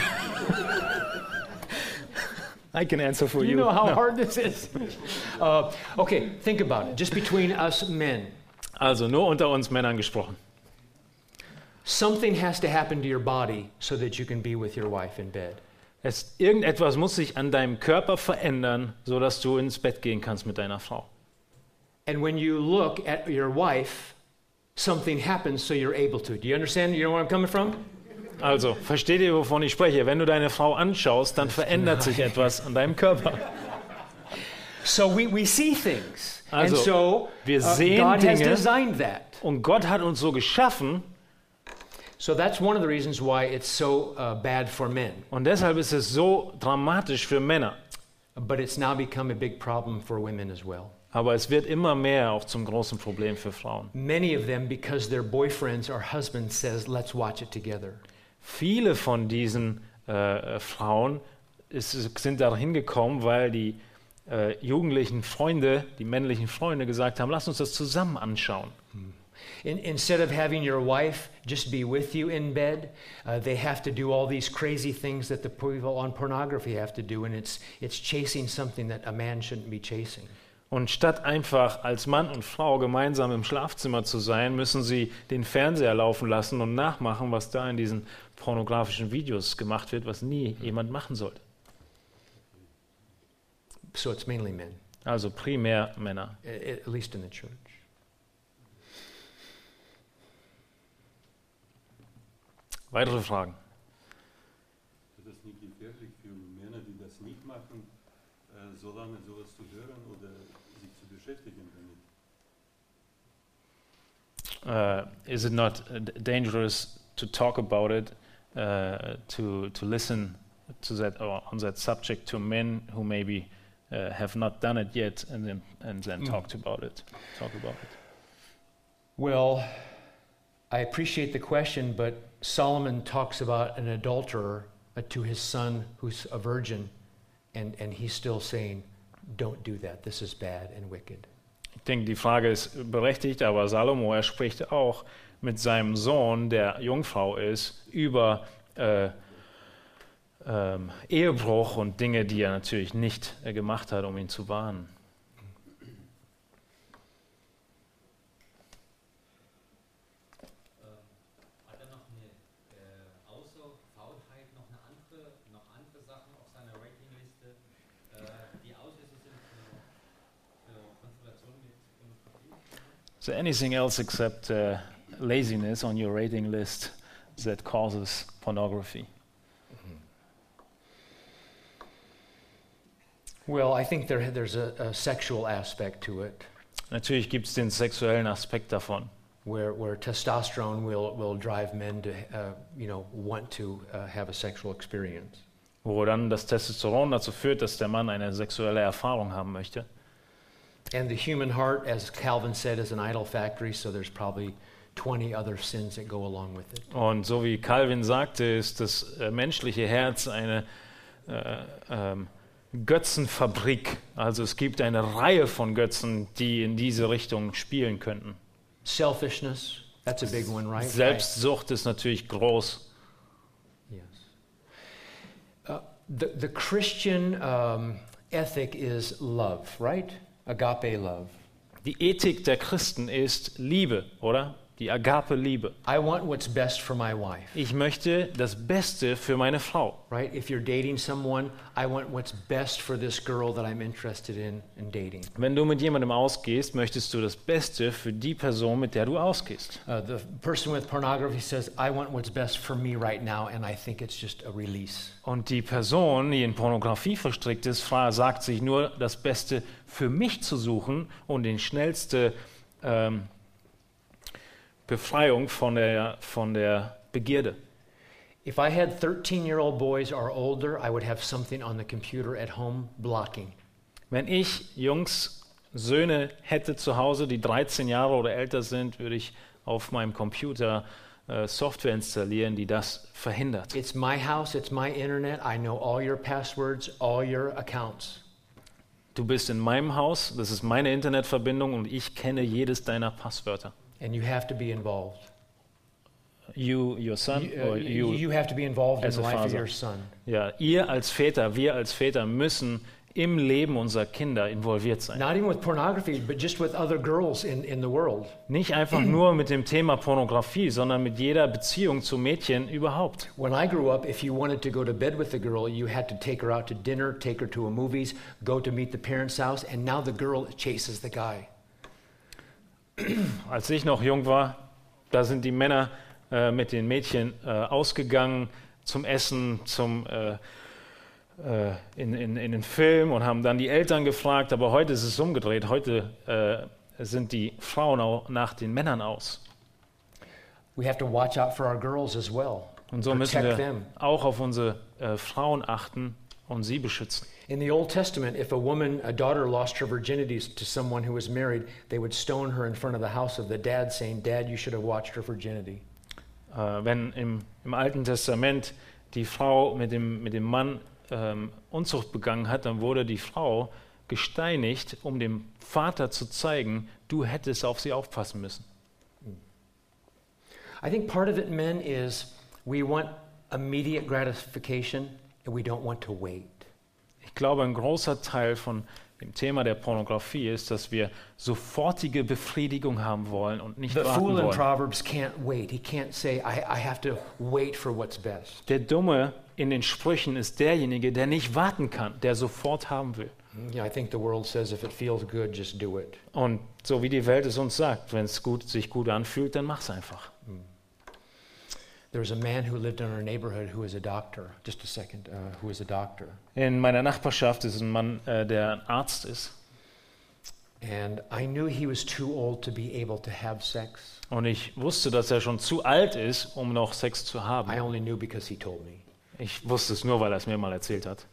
I can answer for you. you know how No. hard this is. Okay, think about it. Just between us men. Also nur unter uns Männern gesprochen. Something has to happen to your body so that you can be with your wife in bed. Irgendetwas muss sich an deinem Körper verändern, sodass du ins Bett gehen kannst mit deiner Frau. And when you look at your wife, something happens so you're able to. Do you understand? You know where I'm coming from? Also, versteht ihr, wovon ich spreche? Wenn du deine Frau anschaust, dann verändert sich etwas an deinem Körper. So we see things. Also, and so wir sehen God has Dinge. designed that. Und Gott hat uns so geschaffen, So that's one of the reasons why it's so bad for men. Und deshalb ist es so dramatisch für Männer. But it's now become a big problem for women as well. Aber es wird immer mehr auch zum großen Problem für Frauen. Many of them, because their boyfriends or husbands says, let's watch it together. Viele von diesen Frauen sind dahin gekommen, weil die jugendlichen Freunde, die männlichen Freunde gesagt haben, lass uns das zusammen anschauen. Instead of having your wife just be with you in bed, they have to do all these crazy things that the people on pornography have to do, and it's chasing something that a man shouldn't be chasing. Und statt einfach als Mann und Frau gemeinsam im Schlafzimmer zu sein, müssen sie den Fernseher laufen lassen und nachmachen, was da in diesen pornografischen Videos gemacht wird, was nie jemand machen sollte. So it's mainly men, Also primär Männer. at least in the church. Weitere Fragen? Ist das nicht gefährlich für Männer, die das nicht machen, so lange sowas zu hören oder sich zu beschäftigen damit? Is it not dangerous to talk about it, to listen to that or on that subject to men who maybe have not done it yet and then talk about it? Well, I appreciate the question, but Solomon talks about an adulterer to his son who's a virgin, and he's still saying, don't do that. This is bad and wicked. Ich denke, die Frage ist berechtigt, aber Salomo, er spricht auch mit seinem Sohn, der Jungfrau ist, über Ehebruch und Dinge, die er natürlich nicht gemacht hat, um ihn zu warnen. Hat er noch außer Faulheit noch andere Sachen auf seiner Ratingliste, die Auslöser sind für Konfrontation mit Pornografie? Is there anything else except laziness on your rating list that causes pornography? Well, I think there's a sexual aspect to it, Natürlich gibt es den sexuellen Aspekt davon, where testosterone will drive men to, want to have a sexual experience. wo dann das Testosteron dazu führt, dass der Mann eine sexuelle Erfahrung haben möchte. And the human heart, as Calvin said, is an idol factory, so there's probably 20 other sins that go along with it. Und so wie Calvin sagte, ist das menschliche Herz eine Götzenfabrik. Also es gibt eine Reihe von Götzen, die in diese Richtung spielen könnten. Selfishness, that's a big one, right? Selbstsucht ist natürlich groß. Yes. The Christian ethic is love, right? Agape love. Die Ethik der Christen ist Liebe, oder? Die Agape-Liebe. I want what's best for my wife, Ich möchte das Beste für meine Frau. right? If you're dating someone, I want what's best for this girl that I'm interested in dating. Wenn du mit jemandem ausgehst, möchtest du das Beste für die Person, mit der du ausgehst. The person with pornography says, I want what's best for me right now, and I think it's just a release. Und die Person, die in Pornografie verstrickt ist, sagt sich nur, das Beste für mich zu suchen und die schnellste Befreiung von der Begierde. If I had 13-year-old boys or older, I would have something on the computer at home blocking. Wenn ich Söhne hätte zu Hause, die 13 Jahre oder älter sind, würde ich auf meinem Computer Software installieren, die das verhindert. It's my house, it's my internet. I know all your passwords, all your accounts. Du bist in meinem Haus, das ist meine Internetverbindung und ich kenne jedes deiner Passwörter. And you have to be involved. You, your son, or You have to be involved in as the a life of father. your son. Ja, ihr als Väter, wir als Väter müssen im Leben unserer Kinder involviert sein. Not even with pornography, but just with other girls in the world. Nicht einfach nur mit dem Thema Pornografie, sondern mit jeder Beziehung zu Mädchen überhaupt. When I grew up, if you wanted to go to bed with a girl, you had to take her out to dinner, take her to a movies, go to meet the parents' house, and now the girl chases the guy. Als ich noch jung war, da sind die Männer mit den Mädchen ausgegangen zum Essen, in den Film und haben dann die Eltern gefragt, aber heute ist es umgedreht. Heute sind die Frauen auch nach den Männern aus. We have to watch out for our girls as well. Und so müssen Protect wir them. auch auf unsere Frauen achten und sie beschützen. In the Old Testament, if a daughter lost her virginity to someone who was married, they would stone her in front of the house of the dad, saying, "Dad, you should have watched her virginity." Wenn im Alten Testament die Frau mit dem Mann Unzucht begangen hat, dann wurde die Frau gesteinigt, um dem Vater zu zeigen, du hättest auf sie aufpassen müssen. I think part of it, men, is we want immediate gratification and we don't want to wait. Ich glaube, ein großer Teil von dem Thema der Pornografie ist, dass wir sofortige Befriedigung haben wollen und nicht The warten fool in wollen. Proverbs can't wait. He can't say, I have to wait for what's best. Der Dumme in den Sprüchen ist derjenige, der nicht warten kann, der sofort haben will. Yeah, I think the world says if it feels good, just do it. Und so wie die Welt es uns sagt, wenn es sich gut anfühlt, dann mach's einfach. There was a man who lived in our neighborhood who was a doctor. Just a second. Who was a doctor. In meiner Nachbarschaft ist ein Mann, der ein Arzt ist. And I knew he was too old to be able to have sex. Und ich wusste, dass er schon zu alt ist, um noch Sex zu haben. I only knew because he told me. Ich wusste es nur, weil er es mir mal erzählt hat.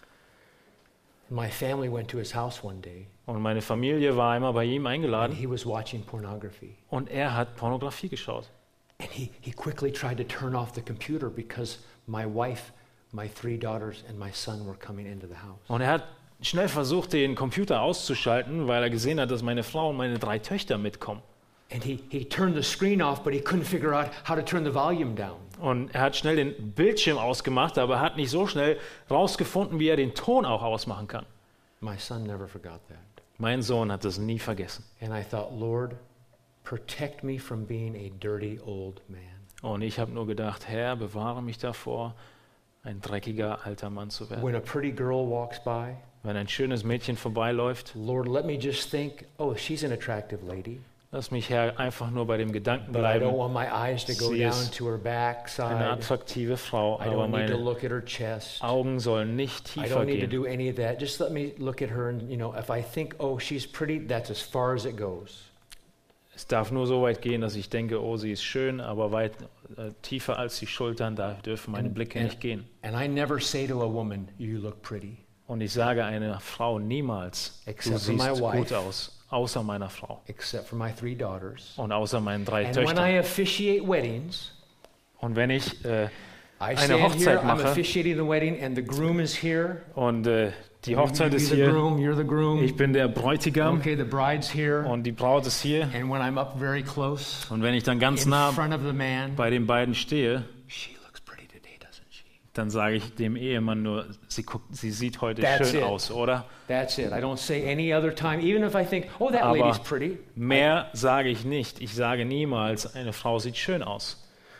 My family went to his house one day, Und meine Familie war einmal bei ihm and eingeladen he was watching pornography. und er hat Pornografie geschaut. And he quickly tried to turn off the computer because my wife, my 3 daughters, and my son were coming into the house. Und er hat schnell versucht, den Computer auszuschalten, weil er gesehen hat, dass meine Frau und meine 3 Töchter mitkommen. And he turned the screen off, but he couldn't figure out how to turn the volume down. Und er hat schnell den Bildschirm ausgemacht, aber er hat nicht so schnell rausgefunden, wie er den Ton auch ausmachen kann. My son never forgot that. Mein Sohn hat das nie vergessen. And I thought, Lord, protect me from being a dirty old man. Und ich habe nur gedacht, Herr, bewahre mich davor, ein dreckiger alter Mann zu werden. When a pretty girl walks by, Wenn ein schönes Mädchen vorbeiläuft, Lord, let me just think, oh, she's an attractive lady. lass mich, Herr, einfach nur bei dem Gedanken But I don't bleiben, want my eyes to go Sie down ist to her eine backside. attraktive Frau, I aber don't need to meine look at her chest. Augen sollen nicht I tiefer don't need to gehen. do any of that. Just let me look at her and, if I think, oh, she's pretty, that's as far as it goes. Es darf nur so weit gehen, dass ich denke, oh, sie ist schön, aber weit tiefer als die Schultern, da dürfen meine Blicke nicht gehen. And I never say to a woman, you look pretty. Und ich sage einer Frau niemals, du Except for my siehst wife. gut aus, außer meiner Frau Except for my 3 daughters. und außer meinen 3 And when I Töchtern. officiate weddings, Und wenn ich I eine stand here, Hochzeit I'm mache officiating the wedding, and the groom is here. und die Hochzeit You ist be the hier, groom, you're the groom. ich bin der Bräutigam Okay, the bride's here. und die Braut ist hier. And when I'm up very close Und wenn ich dann ganz in nah front of the man, bei den beiden stehe, she looks pretty today, doesn't she? dann sage ich dem Ehemann nur, sie sieht heute That's schön it. aus, oder? That's it. I don't say any other time, even if I think, oh, that Aber lady's pretty. mehr sage ich nicht. Ich sage niemals, eine Frau sieht schön aus.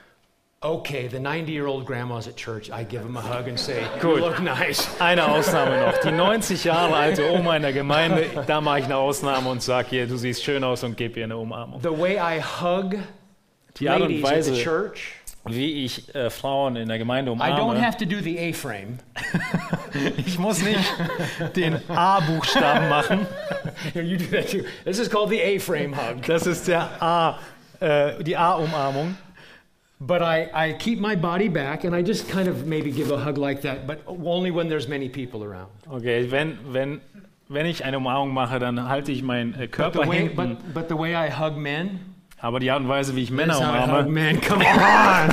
Okay, the 90-year-old grandmas at church, I give them a hug and say, you Gut. look nice. Eine Ausnahme noch. Die 90 Jahre alte Oma in der Gemeinde, da mache ich eine Ausnahme und sage ihr, du siehst schön aus und gebe ihr eine Umarmung. The way I hug Die Art und ladies at the Weise, church, wie ich Frauen in der Gemeinde I don't umarme, have to do the A-frame. ich muss nicht den A-Buchstaben machen. Here, you do that too. This is called the A-frame hug. Das ist die A-Umarmung. But I keep my body back and I just kind of maybe give a hug like that, but only when there's many people around. Okay, wenn ich eine Umarmung mache, dann halte ich meinen But Körper the way, hinten. but the way I hug men, Aber die Art und Weise, wie ich Männer that's how I hug umarme, men. Come on.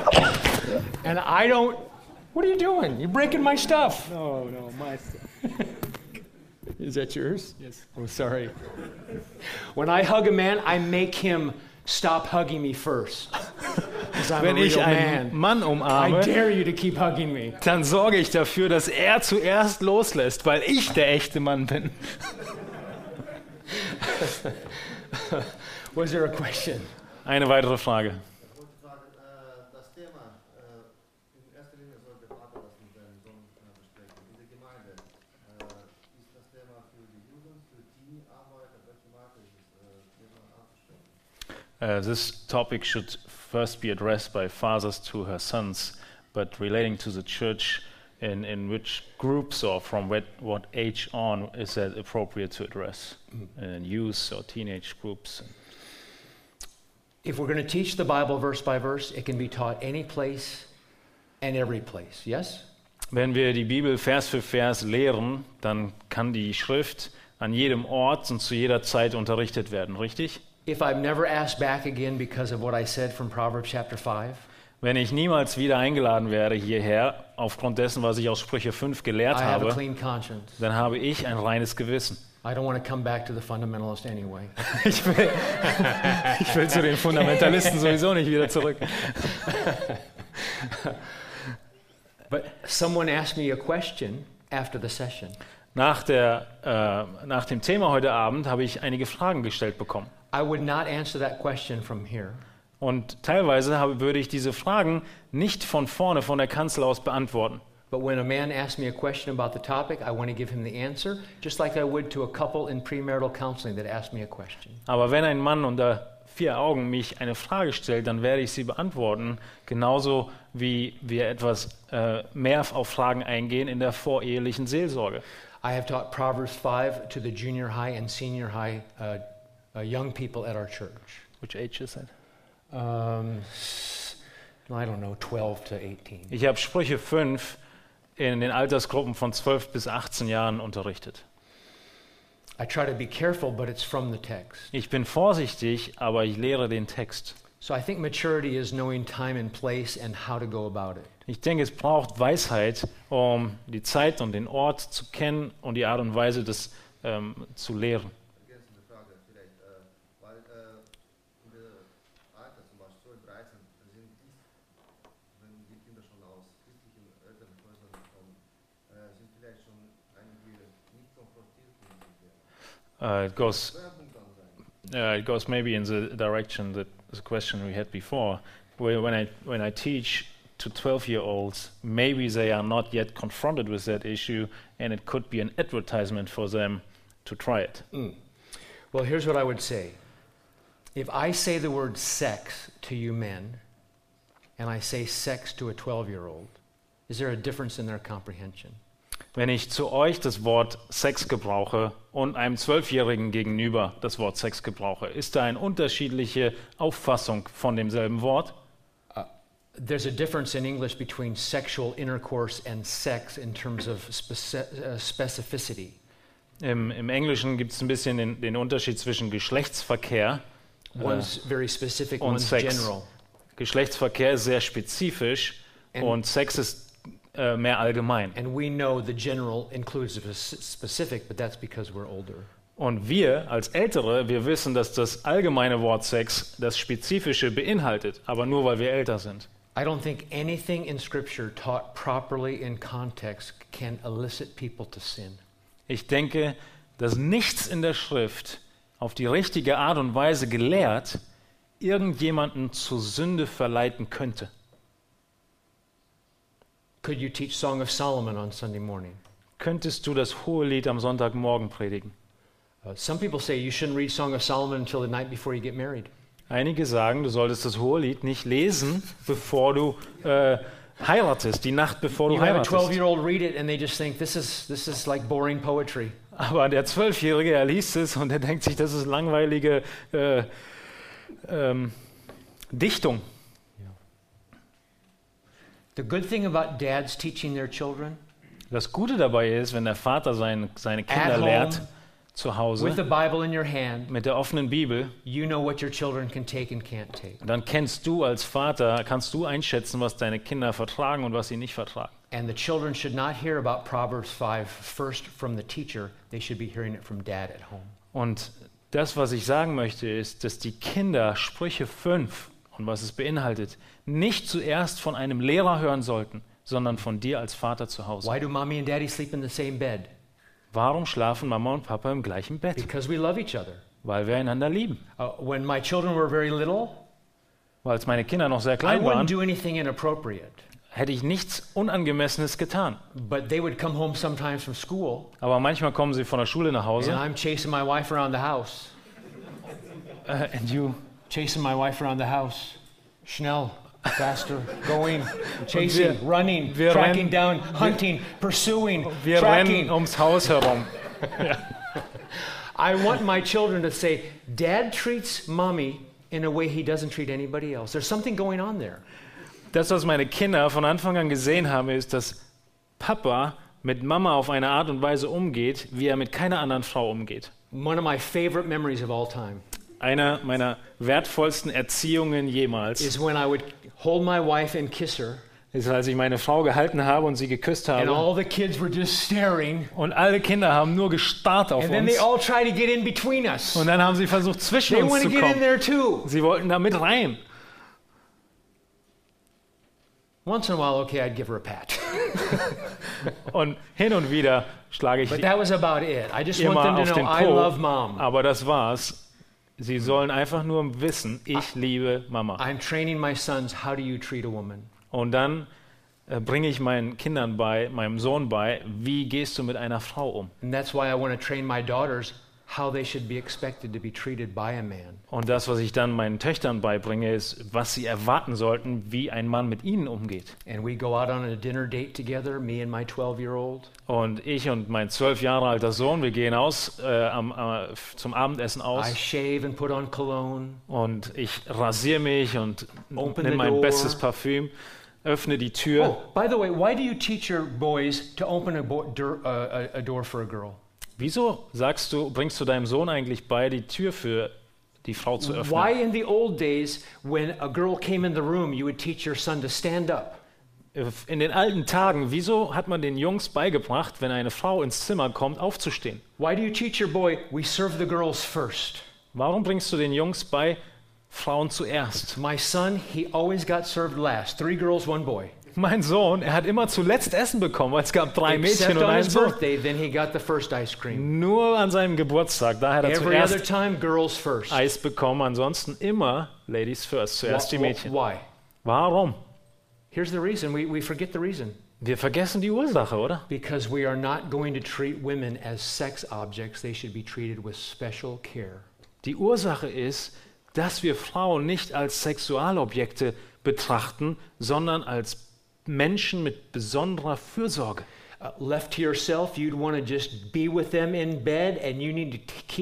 And I don't. What are you doing? You're breaking my stuff. no, my stuff. Is that yours? Yes. Oh, sorry. When I hug a man, I make him stop hugging me first. Because I'm Wenn a ich real einen man. Mann I umarme, dare you to keep hugging me. dann sorge ich dafür, dass er zuerst loslässt, weil ich der echte Mann bin. Was there a question? Eine weitere Frage. Das Thema, in erster Linie sollte der Vater das mit seinem Sohn besprechen. Diese Gemeinde, ist das Thema für die Jugend, für Teenie-Arbeit, auf welche Marke ist das Thema anzusprechen? This topic should first be addressed by fathers to her sons, but relating to the church, in which groups or from what age on is that appropriate to address? Youth or teenage groups? If we're going to teach the Bible verse by verse, it can be taught any place and every place. Yes? Wenn wir die Bibel Vers für Vers lehren, dann kann die Schrift an jedem Ort und zu jeder Zeit unterrichtet werden, richtig? If I'm never asked back again because of what I said from Proverbs chapter 5, Wenn ich niemals wieder eingeladen werde hierher, aufgrund dessen, was ich aus Sprüche 5 gelehrt I have a habe, clean conscience. dann habe ich ein reines Gewissen. I don't want to come back to the fundamentalist anyway. Ich will zu den Fundamentalisten sowieso nicht wieder zurück. But someone asked me a question after the session. Nach dem Thema heute Abend habe ich einige Fragen gestellt bekommen. I would not answer that question from here. Und teilweise würde ich diese Fragen nicht von vorne, von der Kanzel aus beantworten. But when a man asks me a question about the topic, I want to give him the answer, just like I would to a couple in premarital counseling that asked me a question. Aber wenn ein Mann unter 4 Augen mich eine Frage stellt, dann werde ich sie beantworten, genauso wie wir etwas mehr auf Fragen eingehen in der vorehelichen Seelsorge. I have taught Proverbs 5 to the junior high and senior high young people at our church. Which age is that? I don't know, 12 to 18. Ich habe Sprüche 5 in den Altersgruppen von 12 bis 18 Jahren unterrichtet. I try to be careful, but it's from the text. Ich bin vorsichtig, aber ich lehre den Text. So I think maturity is knowing time and place and how to go about it. Ich denke, es braucht Weisheit, um die Zeit und den Ort zu kennen und die Art und Weise, das zu lehren. Ergänzende Frage vielleicht, weil in der Alter zum Beispiel 12, 13 sind wenn die Kinder schon aus christlichen Elternhäusern kommen, sind vielleicht schon einige nicht konfrontiert mit dem. It goes Schwerpunkt dann sein. it goes maybe in the direction that the question we had before, where when I teach to 12-year-olds, maybe they are not yet confronted with that issue, and it could be an advertisement for them to try it. Well, here's what I would say. If I say the word sex to you men, and I say sex to a 12-year-old, is there a difference in their comprehension? Wenn ich zu euch das Wort Sex gebrauche und einem 12-Jährigen gegenüber das Wort Sex gebrauche, ist da eine unterschiedliche Auffassung von demselben Wort? There's a difference in English between sexual intercourse and sex in terms of specificity. Im Englischen gibt es ein bisschen den Unterschied zwischen Geschlechtsverkehr One's very specific, und one's Sex. general. Geschlechtsverkehr ist sehr spezifisch und Sex ist mehr allgemein. And we know the general includes the specific, but that's because we're older. Und wir als Ältere, wir wissen, dass das allgemeine Wort Sex das Spezifische beinhaltet, aber nur weil wir älter sind. I don't think anything in Scripture taught properly in context can elicit people to sin. Ich denke, dass nichts in der Schrift auf die richtige Art und Weise gelehrt irgendjemanden zur Sünde verleiten könnte. Could you teach Song of Solomon on Sunday morning? Könntest du das Hohelied am Sonntagmorgen predigen? Some people say you shouldn't read Song of Solomon until the night before you get married. Einige sagen, du solltest das Hohelied nicht lesen, bevor du heiratest, die Nacht bevor du You have a heiratest. 12-year-old read it and they just think this is like boring poetry. Aber der 12-Jährige, er liest es und er denkt sich, das ist langweilige Dichtung. The good thing about dads teaching their children Das Gute dabei ist, wenn der Vater seine Kinder At home, lehrt, zu with the Hause, Bible in your hand, mit der offenen Bibel, you know what your children can take and can't take. dann kannst du als Vater einschätzen, was deine Kinder vertragen und was sie nicht vertragen. And the children should not hear about Proverbs 5 first from the teacher. They should be hearing it from dad at home. Und das, was ich sagen möchte, ist, dass die Kinder Sprüche 5 und was es beinhaltet, nicht zuerst von einem Lehrer hören sollten, sondern von dir als Vater zu Hause. Why do mommy and daddy sleep in the same bed? Warum schlafen Mama und Papa im gleichen Bett? Because we love each other. Weil wir einander lieben. When my children were very little, Weil als meine Kinder noch sehr I klein wouldn't waren, do anything inappropriate. hätte ich nichts Unangemessenes getan. But they would come home sometimes from school, Aber manchmal kommen sie von der Schule nach and Hause. I'm chasing my wife around the house. And you Chasing my wife around the house. Schnell, faster, going, chasing, running, wir tracking rennen- down, hunting, pursuing, Wir rennen tracking. ums Haus herum. I want my children to say, Dad treats mommy in a way he doesn't treat anybody else. There's something going on there. Das, was meine Kinder von Anfang an gesehen haben, ist, dass Papa mit Mama auf eine Art und Weise umgeht, wie er mit keiner anderen Frau umgeht. One of my favorite memories of all time Eine meiner wertvollsten Erziehungen jemals is when I would hold my wife and kiss her, ist, als ich meine Frau gehalten habe und sie geküsst and habe. all the kids were just staring, Und alle Kinder haben nur gestarrt auf and then they uns. all tried to get in between us. Und dann haben sie versucht, zwischen They uns want zu to get in kommen. there too. Sie wollten da mit rein. Once in a while, okay, I'd give her a pat. Und hin und wieder schlage ich But that was about it. I just want immer them auf to den know I love Po. mom. Aber das war's. Sie sollen einfach nur wissen, ich liebe Mama. I'm training my sons, how do you treat a woman? Und dann bringe ich meinen Kindern bei, meinem Sohn bei, wie gehst du mit einer Frau um? And that's why I want to train my daughters how they should be expected to be treated by a man. Und das, was ich dann meinen Töchtern beibringe, ist, was sie erwarten sollten, wie ein Mann mit ihnen umgeht. And we go out on a dinner date together, me and my 12-year-old. Und ich und mein 12 Jahre alter Sohn, wir gehen aus zum Abendessen I aus shave and put on cologne. und ich rasiere mich und Open nehme the mein door. bestes Parfüm, öffne die Tür. Oh, by the way, why do you teach your boys to open a door for a girl? Wieso bringst du deinem Sohn eigentlich bei, die Tür für die Frau zu öffnen? Why in the old days, when a girl came in the room, you would teach your son to stand up? In den alten Tagen, wieso hat man den Jungs beigebracht, wenn eine Frau ins Zimmer kommt, aufzustehen? Why do you teach your boy, we serve the girls first? Warum bringst du den Jungs bei, Frauen zuerst? My son, he always got served last. 3 girls, 1 boy. Mein Sohn, er hat immer zuletzt Essen bekommen, weil es gab 3 Except Mädchen und on einen his Sohn. birthday, then he got the first ice cream. Nur an seinem Geburtstag, da hat er Every other zuerst time, girls first. Eis bekommen, ansonsten immer Ladies first, zuerst die Mädchen. Why? Warum? Here's the reason. We forget the reason. Wir vergessen die Ursache, oder? Because we are not going to treat women as sex objects. They should be treated with special care. Die Ursache ist, dass wir Frauen nicht als Sexualobjekte betrachten, sondern als Menschen mit besonderer Fürsorge. Left to yourself, you'd want to just be with them in bed, and you need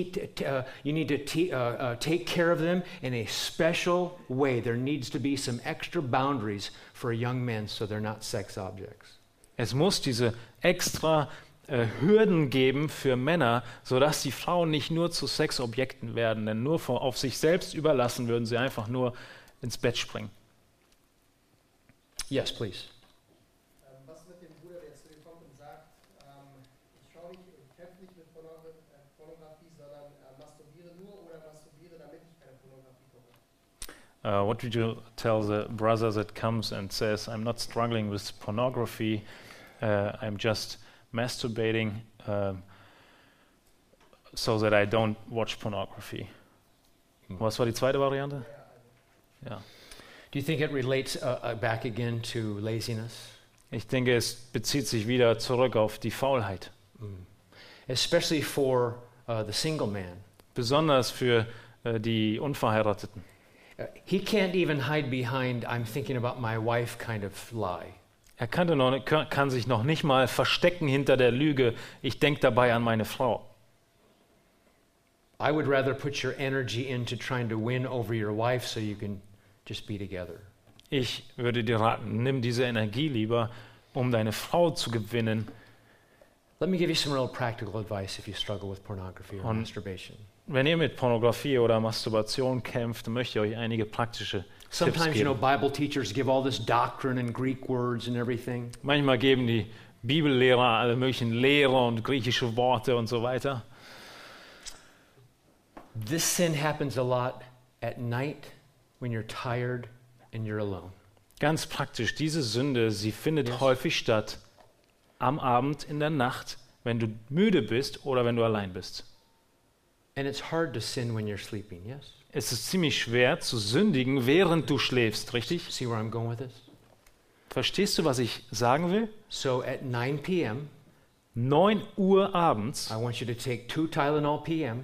to take care of them in a special way. There needs to be some extra boundaries for young men, so they're not sex objects. Es muss diese extra Hürden geben für Männer, sodass die Frauen nicht nur zu Sexobjekten werden, denn nur auf sich selbst überlassen würden sie einfach nur ins Bett springen. Yes, please. Was mit dem Bruder, der zu dir kommt und sagt, ich schaue nicht, ich kämpfe nicht mit Pornografie, sondern masturbiere nur oder masturbiere, damit ich keine Pornografie gucke? What would you tell the brother that comes and says, I'm not struggling with pornography, I'm just masturbating so that I don't watch pornography? Was war die zweite Variante? Ja. Do you think it relates back again to laziness? Ich denke, es bezieht sich wieder zurück auf die Faulheit. Especially for the single man. Besonders für die Unverheirateten. He can't even hide behind, I'm thinking about my wife kind of lie. Er kann sich noch nicht mal verstecken hinter der Lüge, ich denke dabei an meine Frau. I would rather put your energy into trying to win over your wife so you can just be together. Ich würde dir raten, nimm diese Energie lieber, um deine Frau zu gewinnen. Let me give you some real practical advice if you struggle with pornography or masturbation. Wenn ihr mit Pornografie oder Masturbation kämpft, möchte ich euch einige praktische Tipps Sometimes, you know, geben. Bible teachers give all this doctrine and Greek words and everything. Manchmal geben die Bibellehrer alle möglichen Lehrer und griechische Worte und so weiter. This sin happens a lot at night when you're tired and you're alone. Ganz praktisch, diese Sünde, sie findet häufig statt am Abend, in der Nacht, wenn du müde bist oder wenn du allein bist. And it's hard to sin when you're sleeping, yes? Es ist ziemlich schwer zu sündigen, während du schläfst, richtig? See where I'm going with this? Verstehst du, was ich sagen will? So at 9 p.m., 9 Uhr abends, I want you to take 2 Tylenol PM,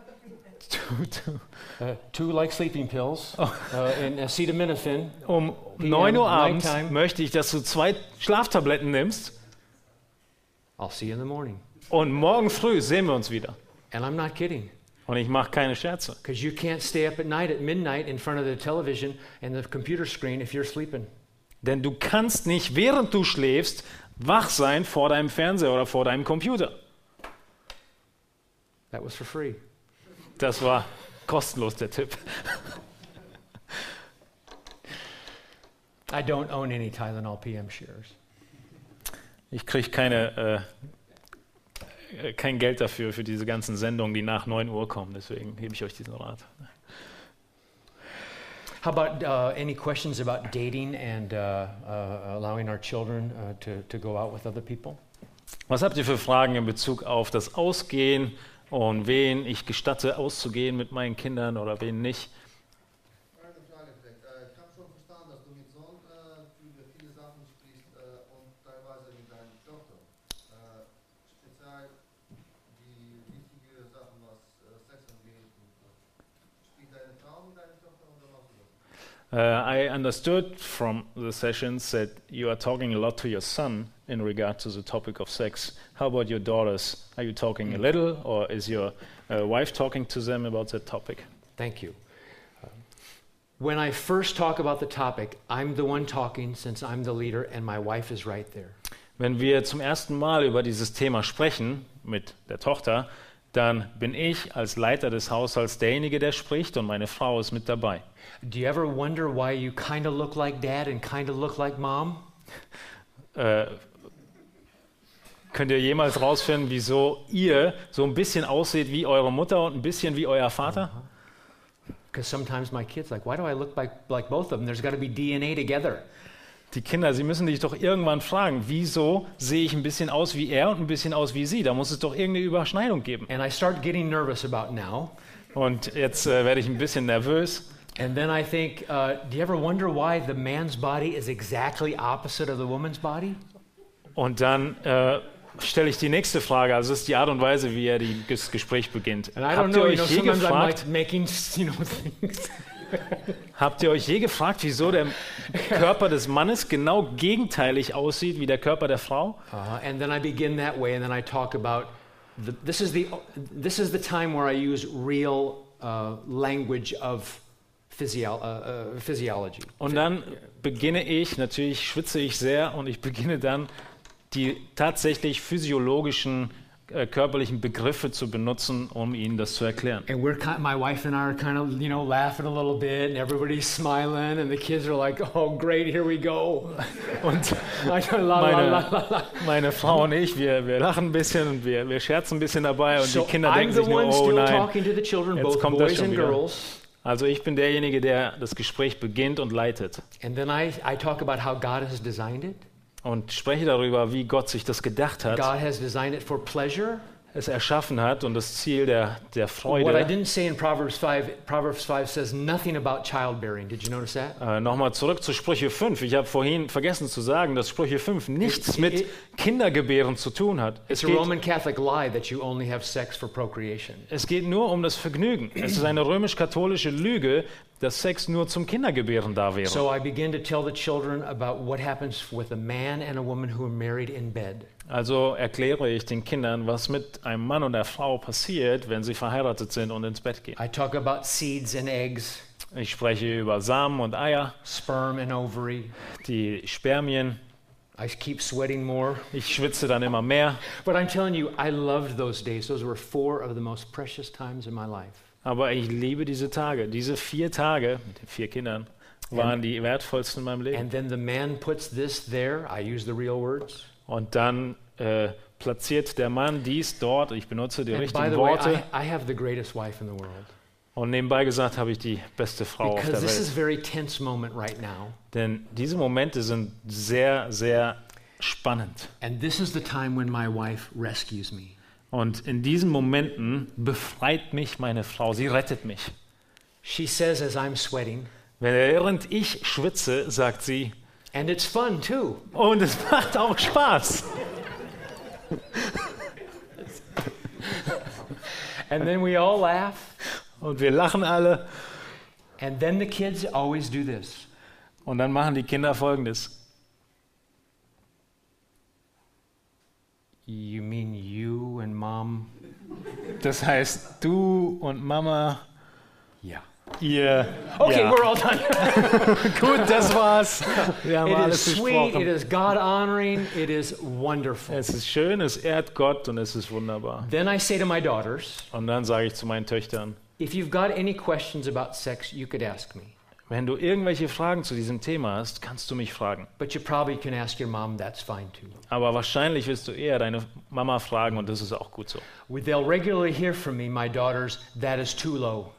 2 like sleeping pills, and acetaminophen. um PM, 9 Uhr abends nighttime. möchte ich, dass du 2 Schlaftabletten nimmst I'll see you in the morning. und morgen früh sehen wir uns wieder. And I'm not kidding. Und ich mache keine Scherze. Because you can't stay up at night at midnight in front of the television and the computer screen if you're sleeping. Denn du kannst nicht, während du schläfst, wach sein vor deinem Fernseher oder vor deinem Computer. That was for free. Das war kostenlos, der Tipp. I don't own any Tylenol PM shares. Ich kriege kein Geld dafür, für diese ganzen Sendungen, die nach 9 Uhr kommen. Deswegen gebe ich euch diesen Rat. How about any questions about dating and allowing our children to go out with other people? Was habt ihr für Fragen in Bezug auf das Ausgehen und wen ich gestatte, auszugehen mit meinen Kindern oder wen nicht? Eine Frage direkt. Ich habe schon verstanden, dass du mit Sohn über viele Sachen sprichst und teilweise mit deiner Tochter. Speziell die wichtige Sachen, was Sex angeht. Spielt deine Frau mit deiner Tochter oder machst du das? I understood from the sessions that you are talking a lot to your son in regard to the topic of sex. How about your daughters? Are you talking a little, or is your wife talking to them about that topic? Thank you. When I first talk about the topic, I'm the one talking since I'm the leader and my wife is right there. Wenn wir zum ersten Mal über dieses Thema sprechen mit der Tochter, dann bin ich als Leiter des Haushalts derjenige, der spricht und meine Frau ist mit dabei. Do you ever wonder why you kind of look like dad and kind of look like mom? Könnt ihr jemals rausfinden, wieso ihr so ein bisschen aussieht wie eure Mutter und ein bisschen wie euer Vater? Because sometimes my kids like, why do I look like both of them? There's got to be DNA together. Die Kinder, sie müssen dich doch irgendwann fragen, wieso sehe ich ein bisschen aus wie er und ein bisschen aus wie sie? Da muss es doch irgendeine Überschneidung geben. And I start getting nervous about now. Und jetzt werde ich ein bisschen nervös. And then I think, do you ever wonder why the man's body is exactly opposite of the woman's body? Und dann stelle ich die nächste Frage. Also das ist die Art und Weise, wie er das Gespräch beginnt. And I don't Habt ihr know, euch je sometimes I'm like gefragt, making, things. habt ihr euch je gefragt, wieso der Körper des Mannes genau gegenteilig aussieht wie der Körper der Frau? And then I begin that way, and then I talk about, this is the time where I use real language of physiology. Und dann beginne ich, natürlich schwitze ich sehr und ich beginne dann die tatsächlich physiologischen körperlichen Begriffe zu benutzen, um ihnen das zu erklären. And my wife and I are kind of, laughing a little bit, and everybody's smiling, and the kids are like, "Oh, great, here we go." Und meine Frau und ich, wir lachen ein bisschen und wir scherzen ein bisschen dabei und So die Kinder I'm denken the sich nur, one oh still nein, talking to the children, jetzt both kommt das boys schon and wieder. girls. Also ich bin derjenige, der das Gespräch beginnt und leitet And then I talk about how God has designed it. und spreche darüber, wie Gott sich das gedacht hat, God has designed it for pleasure. es erschaffen hat und das Ziel der What I Freude. didn't say in Proverbs 5 says nothing about childbearing. Did you notice that? Nochmal zurück zu Sprüche 5. Ich habe vorhin vergessen zu sagen, dass Sprüche 5 nichts mit Kindergebären zu tun hat. It's a Roman Catholic lie that you only have sex for procreation. Es geht nur um das Vergnügen. Es ist eine römisch-katholische Lüge, dass Sex nur zum Kindergebären da wäre. So I begin to tell the children about what happens with a man and a woman who are married in bed. Also erkläre ich den Kindern, was mit einem Mann und einer Frau passiert, wenn sie verheiratet sind und ins Bett gehen. I talk about seeds and eggs, Ich spreche über Samen und Eier, sperm and ovary. die Spermien. I keep sweating more. Ich schwitze dann immer mehr. But I'm telling you, I loved those days. Those were 4 of the most precious times in my life. Aber ich liebe diese Tage. Diese 4 Tage mit den 4 Kindern waren die wertvollsten in meinem Leben. And then the man puts this there. I use the real words. Und dann platziert der Mann dies dort. Ich benutze die And by richtigen the way, Worte. I have the greatest wife in the world. Und nebenbei gesagt habe ich die beste Frau auf Because der this is a Welt. very tense moment right now. Denn diese Momente sind sehr, sehr spannend. And this is the time when my wife rescues me. Und in diesen Momenten befreit mich meine Frau. Sie rettet mich. She says as I'm sweating, Während ich schwitze, sagt sie, and it's fun too. und es macht auch Spaß. And then we all laugh. Und wir lachen alle. And then the kids always do this. Und dann machen die Kinder Folgendes. You mean you and mom Das heißt, du und Mama, Yeah. ihr... Okay, ja. we're all done. Gut, das war's. Wir haben It alles is sweet, it besprochen. is God honoring, it is wonderful. Es ist schön, es ehrt Gott und es ist wunderbar. Then I say to my daughters, Und dann sage ich zu meinen Töchtern, if you've got any questions about sex, you could ask me. wenn du irgendwelche Fragen zu diesem Thema hast, kannst du mich fragen. But you probably can ask your mom, that's fine too. Aber wahrscheinlich wirst du eher deine Mama fragen und das ist auch gut so. They'll regularly hear from me, my daughters, that is too low.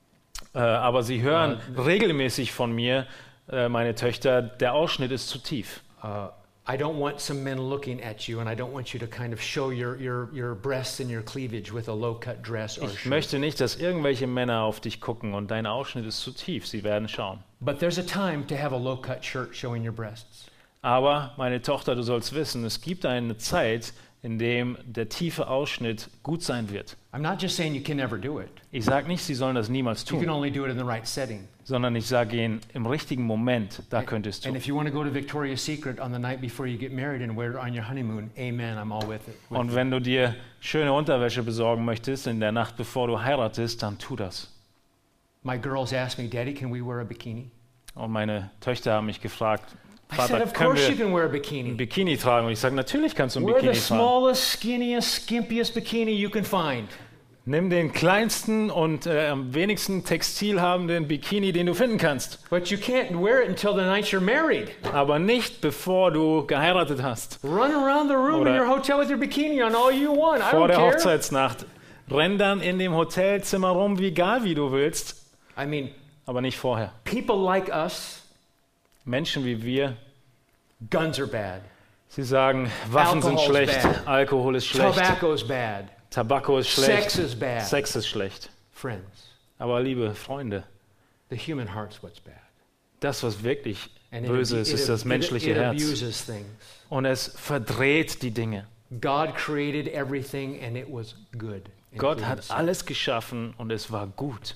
Aber sie hören regelmäßig von mir, meine Töchter, der Ausschnitt ist zu tief. I don't want some men looking at you, and I don't want you to kind of show your breasts and your cleavage with a low-cut dress or Ich shirt. möchte nicht, dass irgendwelche Männer auf dich gucken und dein Ausschnitt ist zu tief. Sie werden schauen. But there's a time to have a low-cut shirt showing your breasts. Aber, meine Tochter, du sollst wissen, es gibt eine Zeit, in dem der tiefe Ausschnitt gut sein wird. I'm not just saying you can never do it. Ich sage nicht, sie sollen das niemals You can tun, only do it in the right setting. sondern ich sage ihnen, im richtigen Moment, da könntest And du. if you want to go to Victoria's Secret on the night before you get married and wear it on your honeymoon, amen, I'm all with it. Und wenn du dir schöne Unterwäsche besorgen möchtest in der Nacht, bevor du heiratest, dann tu das. My girls ask me, Daddy, can we wear a bikini? Und meine Töchter haben mich gefragt, I said, Vater, of können course you wir can wear a ein bikini. Bikini tragen? Und ich sage, natürlich kannst du ein Wear the Bikini tragen. smallest, skinniest, skimpiest bikini you can find. Nimm den kleinsten und am wenigsten textilhabenden Bikini, den du finden kannst. But you can't wear it until the night you're married. Aber nicht, bevor du geheiratet hast. Run around the room in Oder- your hotel with your bikini on all you want. I Vor don't der care. Hochzeitsnacht. Renn dann in dem Hotelzimmer rum, egal wie du willst. I mean, Aber nicht vorher. people like us, Menschen wie wir, guns are bad. sie sagen, Waffen sind Alcohol's schlecht, bad. Alkohol ist schlecht, Tobacco's bad. Tabak ist schlecht, Sex is bad. Sex ist schlecht. Friends, Aber liebe Freunde, the human heart's what's bad. das, was wirklich And böse ist, ist das menschliche it Herz. abuses things. Und es verdreht die Dinge. God created everything and it was good. Gott including hat sin. alles geschaffen und es war gut.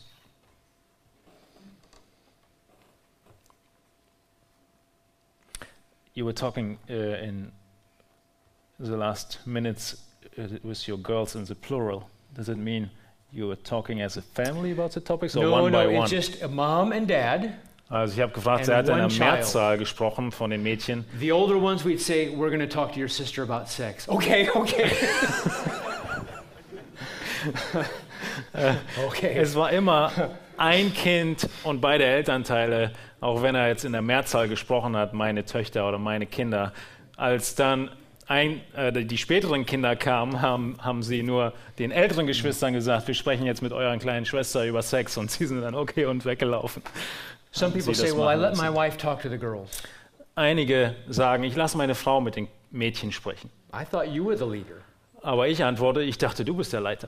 You were talking in the last minutes with your girls in the plural. Does it mean you were talking as a family about the topics or No, one by no, one? it's just a mom and dad. Also ich habe gefragt, and er hat in one einer child. Mehrzahl gesprochen von den Mädchen. The older ones, we'd say, we're going to talk to your sister about sex. Okay, okay. Okay. Es war immer ein Kind und beide Elternteile, auch wenn er jetzt in der Mehrzahl gesprochen hat, meine Töchter oder meine Kinder. Als dann die späteren Kinder kamen, haben sie nur den älteren Geschwistern gesagt, wir sprechen jetzt mit euren kleinen Schwester über Sex und sie sind dann okay und weggelaufen. Some people Sie das say, well, I machen let my lassen. wife talk to the girls. Einige sagen, ich lasse meine Frau mit den Mädchen sprechen. I thought you were the leader. Aber ich antworte, ich dachte, du bist der Leiter.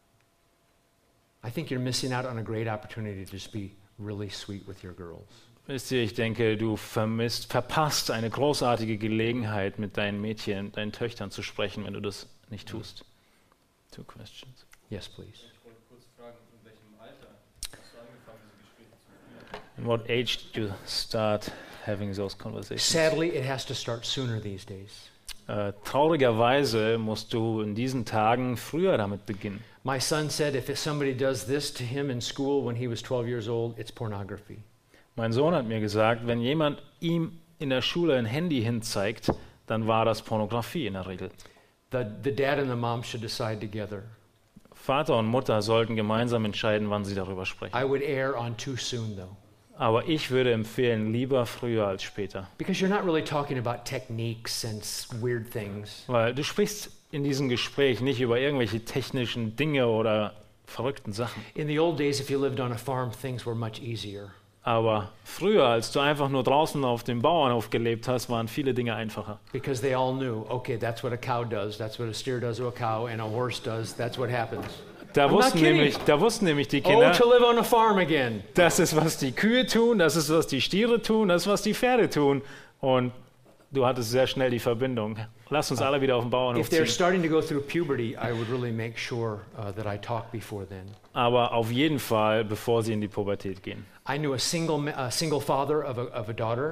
I think you're missing out on a great opportunity to just be really sweet with your girls. Wisst ihr, ich denke, du verpasst eine großartige Gelegenheit, mit deinen Mädchen, deinen Töchtern zu sprechen, wenn du das nicht tust. Two questions. Yes, please. Ich wollte kurz fragen, in welchem Alter hast du angefangen, diese Gespräche zu führen? In what age did you start having those conversations? Sadly, it has to start sooner these days. Traurigerweise musst du in diesen Tagen früher damit beginnen. My son said if somebody does this to him in school when he was 12 years old, it's pornography. Mein Sohn hat mir gesagt, wenn jemand ihm in der Schule ein Handy hinzeigt, dann war das Pornografie in der Regel. The dad and the mom should decide together. Vater und Mutter sollten gemeinsam entscheiden, wann sie darüber sprechen. I would err on too soon, though, Aber ich würde empfehlen, lieber früher als später. because you're not really talking about techniques and weird things. Weil du sprichst in diesem Gespräch nicht über irgendwelche technischen Dinge oder verrückten Sachen. In the old days, if you lived on a farm, things were much easier. Aber früher, als du einfach nur draußen auf dem Bauernhof gelebt hast, waren viele Dinge einfacher. Because they all knew, okay, that's what a cow does, that's what a steer does to a cow, and a horse does, that's what happens. Da I'm not wussten nämlich die Oh, Kinder, to live on a farm again. das ist, was die Kühe tun, das ist, was die Stiere tun, das ist, was die Pferde tun. Und du hattest sehr schnell die Verbindung. Lass uns alle wieder auf den Bauernhof If they're ziehen. starting to go through puberty, I would really make sure that I talk before then. Aber auf jeden Fall, bevor sie in die Pubertät gehen. I knew a single father of a daughter.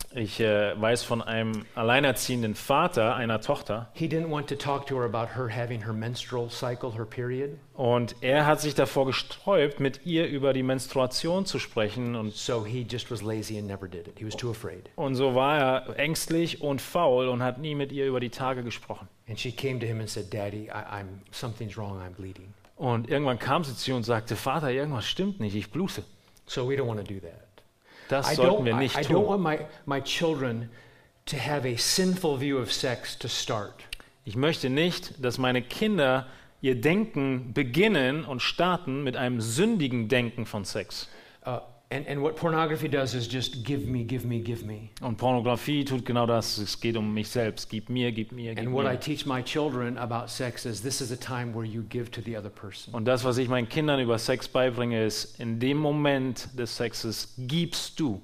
Ich weiß von einem alleinerziehenden Vater einer Tochter. He didn't want to talk to her about her having her menstrual cycle, her period. Und er hat sich davor gesträubt, mit ihr über die Menstruation zu sprechen. So he just was lazy and never did it. He was too afraid. Und so war er ängstlich und faul und hat nie mit ihr über die Tage gesprochen. And she came to him and said, Daddy, something's wrong, I'm bleeding. Und irgendwann kam sie zu ihm und sagte, Vater, irgendwas stimmt nicht, ich blute. So we don't want to do that. Das sollten wir nicht I don't tun. want my children to have a sinful view of sex to start. Ich möchte nicht, dass meine Kinder ihr Denken beginnen und starten mit einem sündigen Denken von Sex. And what pornography does is just give me, give me, give me. Und Pornografie tut genau das. Es geht um mich selbst. Gib mir, gib mir, gib And what I mir. teach my children about sex is this is a time where you give to the other person. Und das, was ich meinen Kindern über Sex beibringe, ist, in dem Moment des Sexes gibst du.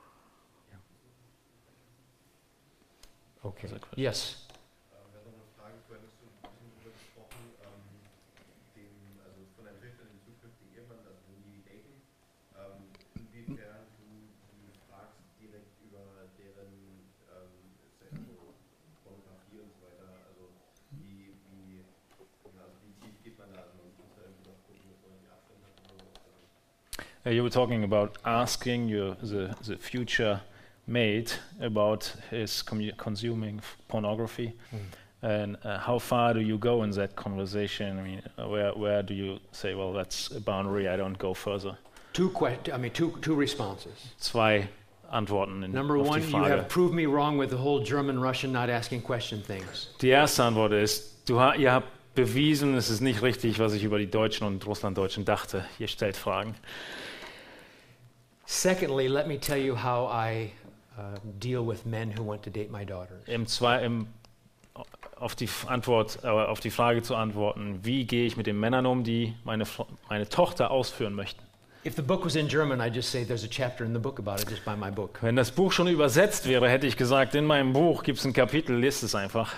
Okay. Is that correct? Yes. Wir haben noch eine Frage, vorhin hast du ein bisschen darüber gesprochen, also von deinen Töchtern, den zukünftigen Ehemann, also wenn die daten, inwiefern du fragst direkt über deren Pornografie und so weiter, also wie tief geht man da, also man muss da irgendwie noch gucken, dass man die Abstände hat und so. You were talking about asking the future mate about his consuming pornography, and how far do you go in that conversation? I mean, where do you say, well, that's a boundary, I don't go further? Two responses. Zwei Antworten Number auf one, die you have Frage. proved me wrong with the whole German-Russian not asking question things. Die erste Antwort ist, ihr habt bewiesen, es ist nicht richtig, was ich über die Deutschen und Russlanddeutschen dachte. Ihr stellt Fragen. Secondly, let me tell you how I deal with men who want to date my daughters. Auf die Frage zu antworten, wie gehe ich mit den Männern um, die meine Tochter ausführen möchten. If the book was in German, I'd just say there's a chapter in the book about it, just buy my book. Wenn das Buch schon übersetzt wäre, hätte ich gesagt, in meinem Buch gibt es ein Kapitel, lest es einfach.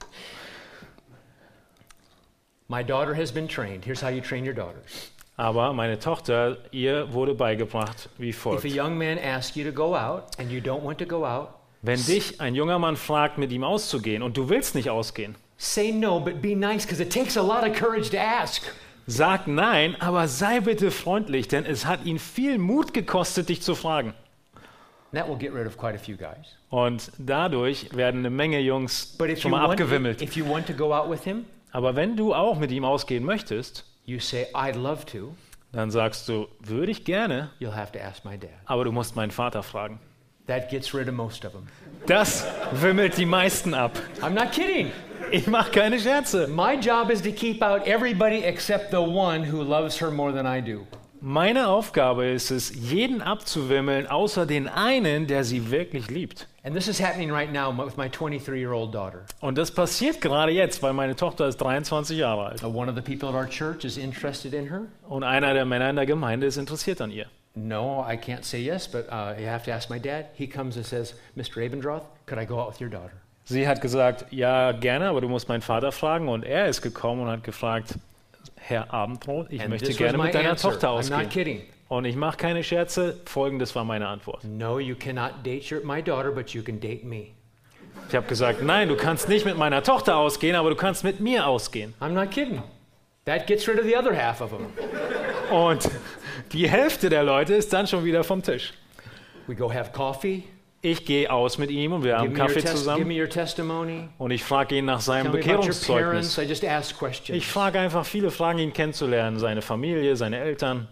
My daughter has been trained. Here's how you train your daughters. Aber meine Tochter, ihr wurde beigebracht, wie If folgt. a young man asks you to go out and you don't want to go out, Wenn dich ein junger Mann fragt, mit ihm auszugehen und du willst nicht ausgehen, say no, but be nice because it takes a lot of courage to ask. sag nein, aber sei bitte freundlich, denn es hat ihn viel Mut gekostet, dich zu fragen. And that will get rid of quite a few guys. Und dadurch werden eine Menge Jungs But if schon you, mal abgewimmelt. if you want to go out with him, Aber wenn du auch mit ihm ausgehen möchtest, you say, I'd love to. dann sagst du, würde ich gerne, You'll have to ask my dad. aber du musst meinen Vater fragen. That gets rid of most of them. Das wimmelt die meisten ab. I'm not kidding. Ich mache keine Scherze. My job is to keep out everybody except the one who loves her more than I do. Meine Aufgabe ist es, jeden abzuwimmeln, außer den einen, der sie wirklich liebt. And this is happening right now with my 23-year-old daughter. Und das passiert gerade jetzt, weil meine Tochter ist 23 Jahre alt. One of the people at our church is interested in her. Und einer der Männer in der Gemeinde ist interessiert an ihr. No, I can't say yes, but you have to ask my dad. He comes and says, Mr. Abendroth, could I go out with your daughter? Sie hat gesagt, ja, gerne, aber du musst meinen Vater fragen. Und er ist gekommen und hat gefragt, Herr Abendroth, ich And möchte this was gerne my mit deiner answer. Tochter I'm ausgehen. not kidding. Und ich mache keine Scherze, folgendes war meine Antwort. No, you cannot date my daughter, but you can date me. Ich habe gesagt, nein, du kannst nicht mit meiner Tochter ausgehen, aber du kannst mit mir ausgehen. I'm not kidding. That gets rid of the other half of them. Und die Hälfte der Leute ist dann schon wieder vom Tisch. We go have coffee. Ich gehe aus mit ihm und wir haben Give me, your Kaffee give zusammen. me your testimony. Und ich frage ihn nach seinem Tell me about your parents. Bekehrungszeugnis. I just ask questions. Ich frage einfach viele Fragen, ihn kennenzulernen, seine Familie, seine Eltern.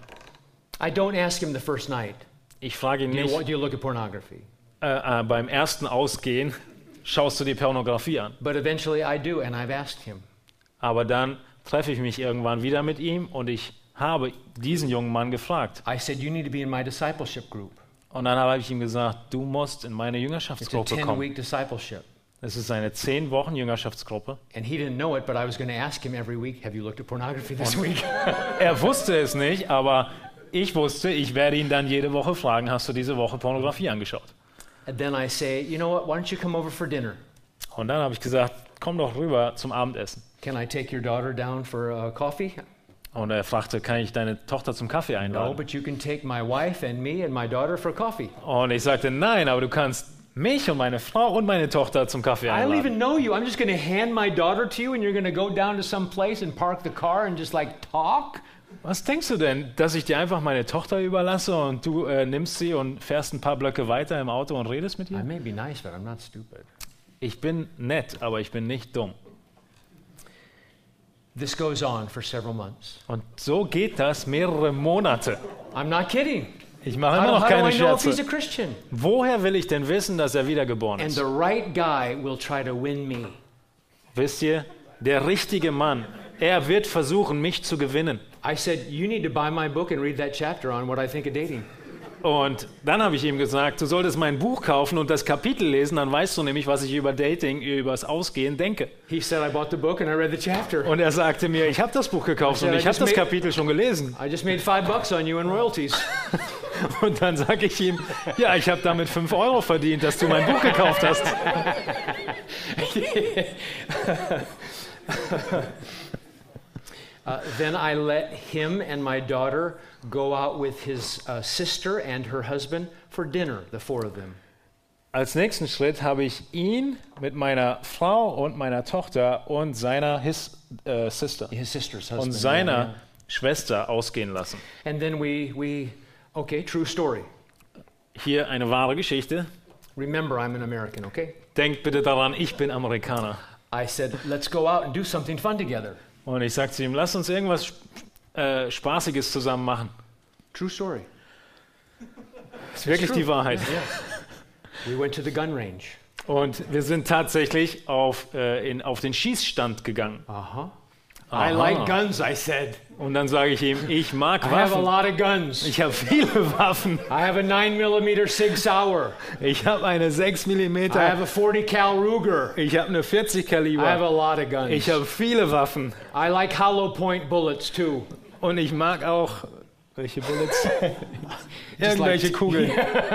I don't ask him the first night. Ich frage ihn Do nicht, you look at pornography? beim ersten Ausgehen schaust du die Pornografie an. But eventually I do, and I've asked him. Aber dann treffe ich mich irgendwann wieder mit ihm und ich habe diesen jungen Mann gefragt. I said, you need to be in my discipleship group. Und dann habe ich ihm gesagt, du musst in meine It's a Jüngerschaftsgruppe kommen. 10-week discipleship. Es ist eine 10 Wochen Jüngerschaftsgruppe. And he didn't know it, but I was going to ask him every week, have you looked at pornography this week? Er wusste es nicht, aber ich wusste, ich werde ihn dann jede Woche fragen, hast du diese Woche Pornografie angeschaut? And then I say, you know what, why don't you come over for dinner? Und dann habe ich gesagt, komm doch rüber zum Abendessen. Can I take your daughter down for coffee? Und er fragte, kann ich deine Tochter zum Kaffee No, einladen? but you can take my wife and me and my daughter for coffee. Und ich sagte, nein, aber du kannst mich und meine Frau und meine Tochter zum Kaffee I don't einladen. even know you. I'm just going to hand my daughter to you and you're going to go down to some place and park the car and just like talk? Was denkst du denn, dass ich dir einfach meine Tochter überlasse und du nimmst sie und fährst ein paar Blöcke weiter im Auto und redest mit I ihr? may be nice, but I'm not stupid. Ich bin nett, aber ich bin nicht dumm. This goes on for several months. Und so geht das mehrere Monate. I'm not kidding. Ich mache immer noch How do keine I know if he's a Scherze. Christian? Woher will ich denn wissen, dass er wiedergeboren And ist? the right guy will try to win me. Wisst ihr, der richtige Mann, er wird versuchen, mich zu gewinnen. I said, you need to buy my book and read that chapter on what I think of dating. Und dann habe ich ihm gesagt, du solltest mein Buch kaufen und das Kapitel lesen, dann weißt du nämlich, was ich über Dating, über das Ausgehen denke. He said, I bought the book and I read the chapter. Und er sagte mir, ich habe das Buch gekauft und ich habe das Kapitel schon gelesen. I just made $5 on you in royalties. Und dann sage ich ihm, ja, ich habe damit 5 Euro verdient, dass du mein Buch gekauft hast. Then I let him and my daughter go out with his sister and her husband for dinner, the four of them. Als nächsten Schritt habe ich ihn mit meiner Frau und meiner Tochter und seiner Sister His sister's und husband. seiner Schwester ausgehen lassen. And then okay, true story. Hier eine wahre Geschichte. Remember, I'm an American, okay? Denkt bitte daran, ich bin Amerikaner. I said, let's go out and do something fun together. Und ich sagte zu ihm, lass uns irgendwas Spaßiges zusammen machen. True story. Das ist wirklich die Wahrheit. We went to the gun range. Und wir sind tatsächlich auf den Schießstand gegangen. Uh-huh. Aha. I like guns, I said. Und dann sage ich ihm, ich mag I have a Waffen. lot of guns. Ich habe viele Waffen. I have a 9mm Sig Sauer. Ich habe eine 6 mm. I have a 40 cal Ruger. Ich habe eine 40 I have a Kaliber. lot of guns. Ich habe viele Waffen. I like hollow point bullets too. Und ich mag auch, welche Bullets? Irgendwelche Kugeln.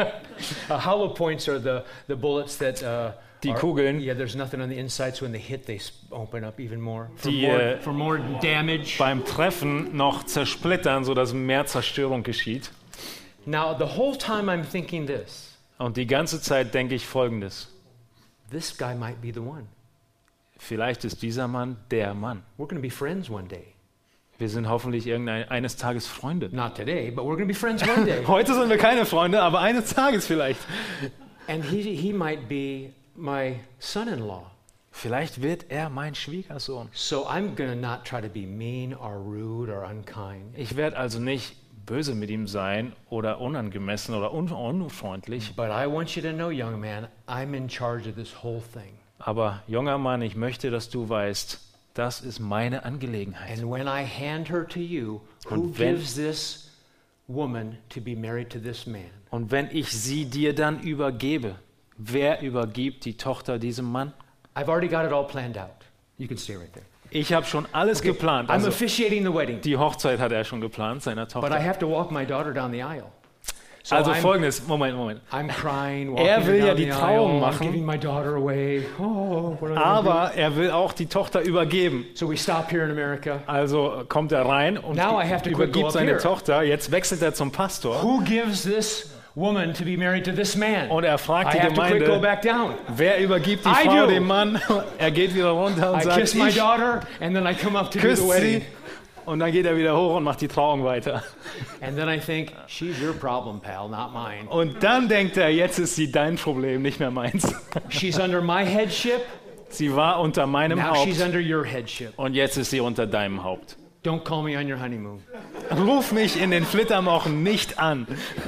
Hollow points are the bullets that Die Kugeln, yeah, there's nothing on the inside, so when they hit, they open up even more Die, for more damage. beim Treffen noch zersplittern, sodass mehr Zerstörung geschieht. Now, the whole time I'm thinking this. Und die ganze Zeit denke ich Folgendes. This guy might be the one. Vielleicht ist dieser Mann der Mann. We're going to be friends one day. Wir sind hoffentlich eines Tages Freunde. Not today, but we're going to be friends one day. Heute sind wir keine Freunde, aber eines Tages vielleicht. And he might be my son-in-law. Vielleicht wird er mein Schwiegersohn. So I'm going to not try to be mean or rude or unkind. Ich werde also nicht böse mit ihm sein oder unangemessen oder unfreundlich. But I want you to know, young man, I'm in charge of this whole thing. Aber junger Mann, ich möchte, dass du weißt, das ist meine Angelegenheit. And when I hand her to you, who Und wenn- gives this woman to be married to this man? Und wenn ich sie dir dann übergebe, wer übergibt die Tochter diesem Mann? I've already got it all planned out. You can stay right there. Ich habe schon alles geplant. I'm Also, officiating the wedding, die Hochzeit hat er schon geplant, seiner but I Tochter. have to walk my daughter down the aisle. So Also I'm, folgendes, Moment. I'm crying, walking Er will her ja down die the Trauung aisle, I'm machen. giving my daughter away. Oh, what am I gonna Aber er will auch die Tochter übergeben. do? So we stop here in America. Also kommt er rein und Now I have to quick go übergibt up seine here. Tochter. Jetzt wechselt er zum Pastor Who gives this woman to be married to this man? und er fragt I die have to quick go Gemeinde, back down. wer übergibt die I Frau do. dem Mann? Er geht wieder runter und I sagt, kiss my ich daughter, and then I come up to do küsse the wedding. sie. Und dann geht er wieder hoch und macht die Trauung weiter. And then I think, she's your problem, pal, not mine. Und dann denkt er, jetzt ist sie dein Problem, nicht mehr meins. She's under my headship, Sie war unter meinem now she's Haupt under your headship. und jetzt ist sie unter deinem Haupt. Don't call me on your honeymoon. Ruf mich in den Flitterwochen nicht an.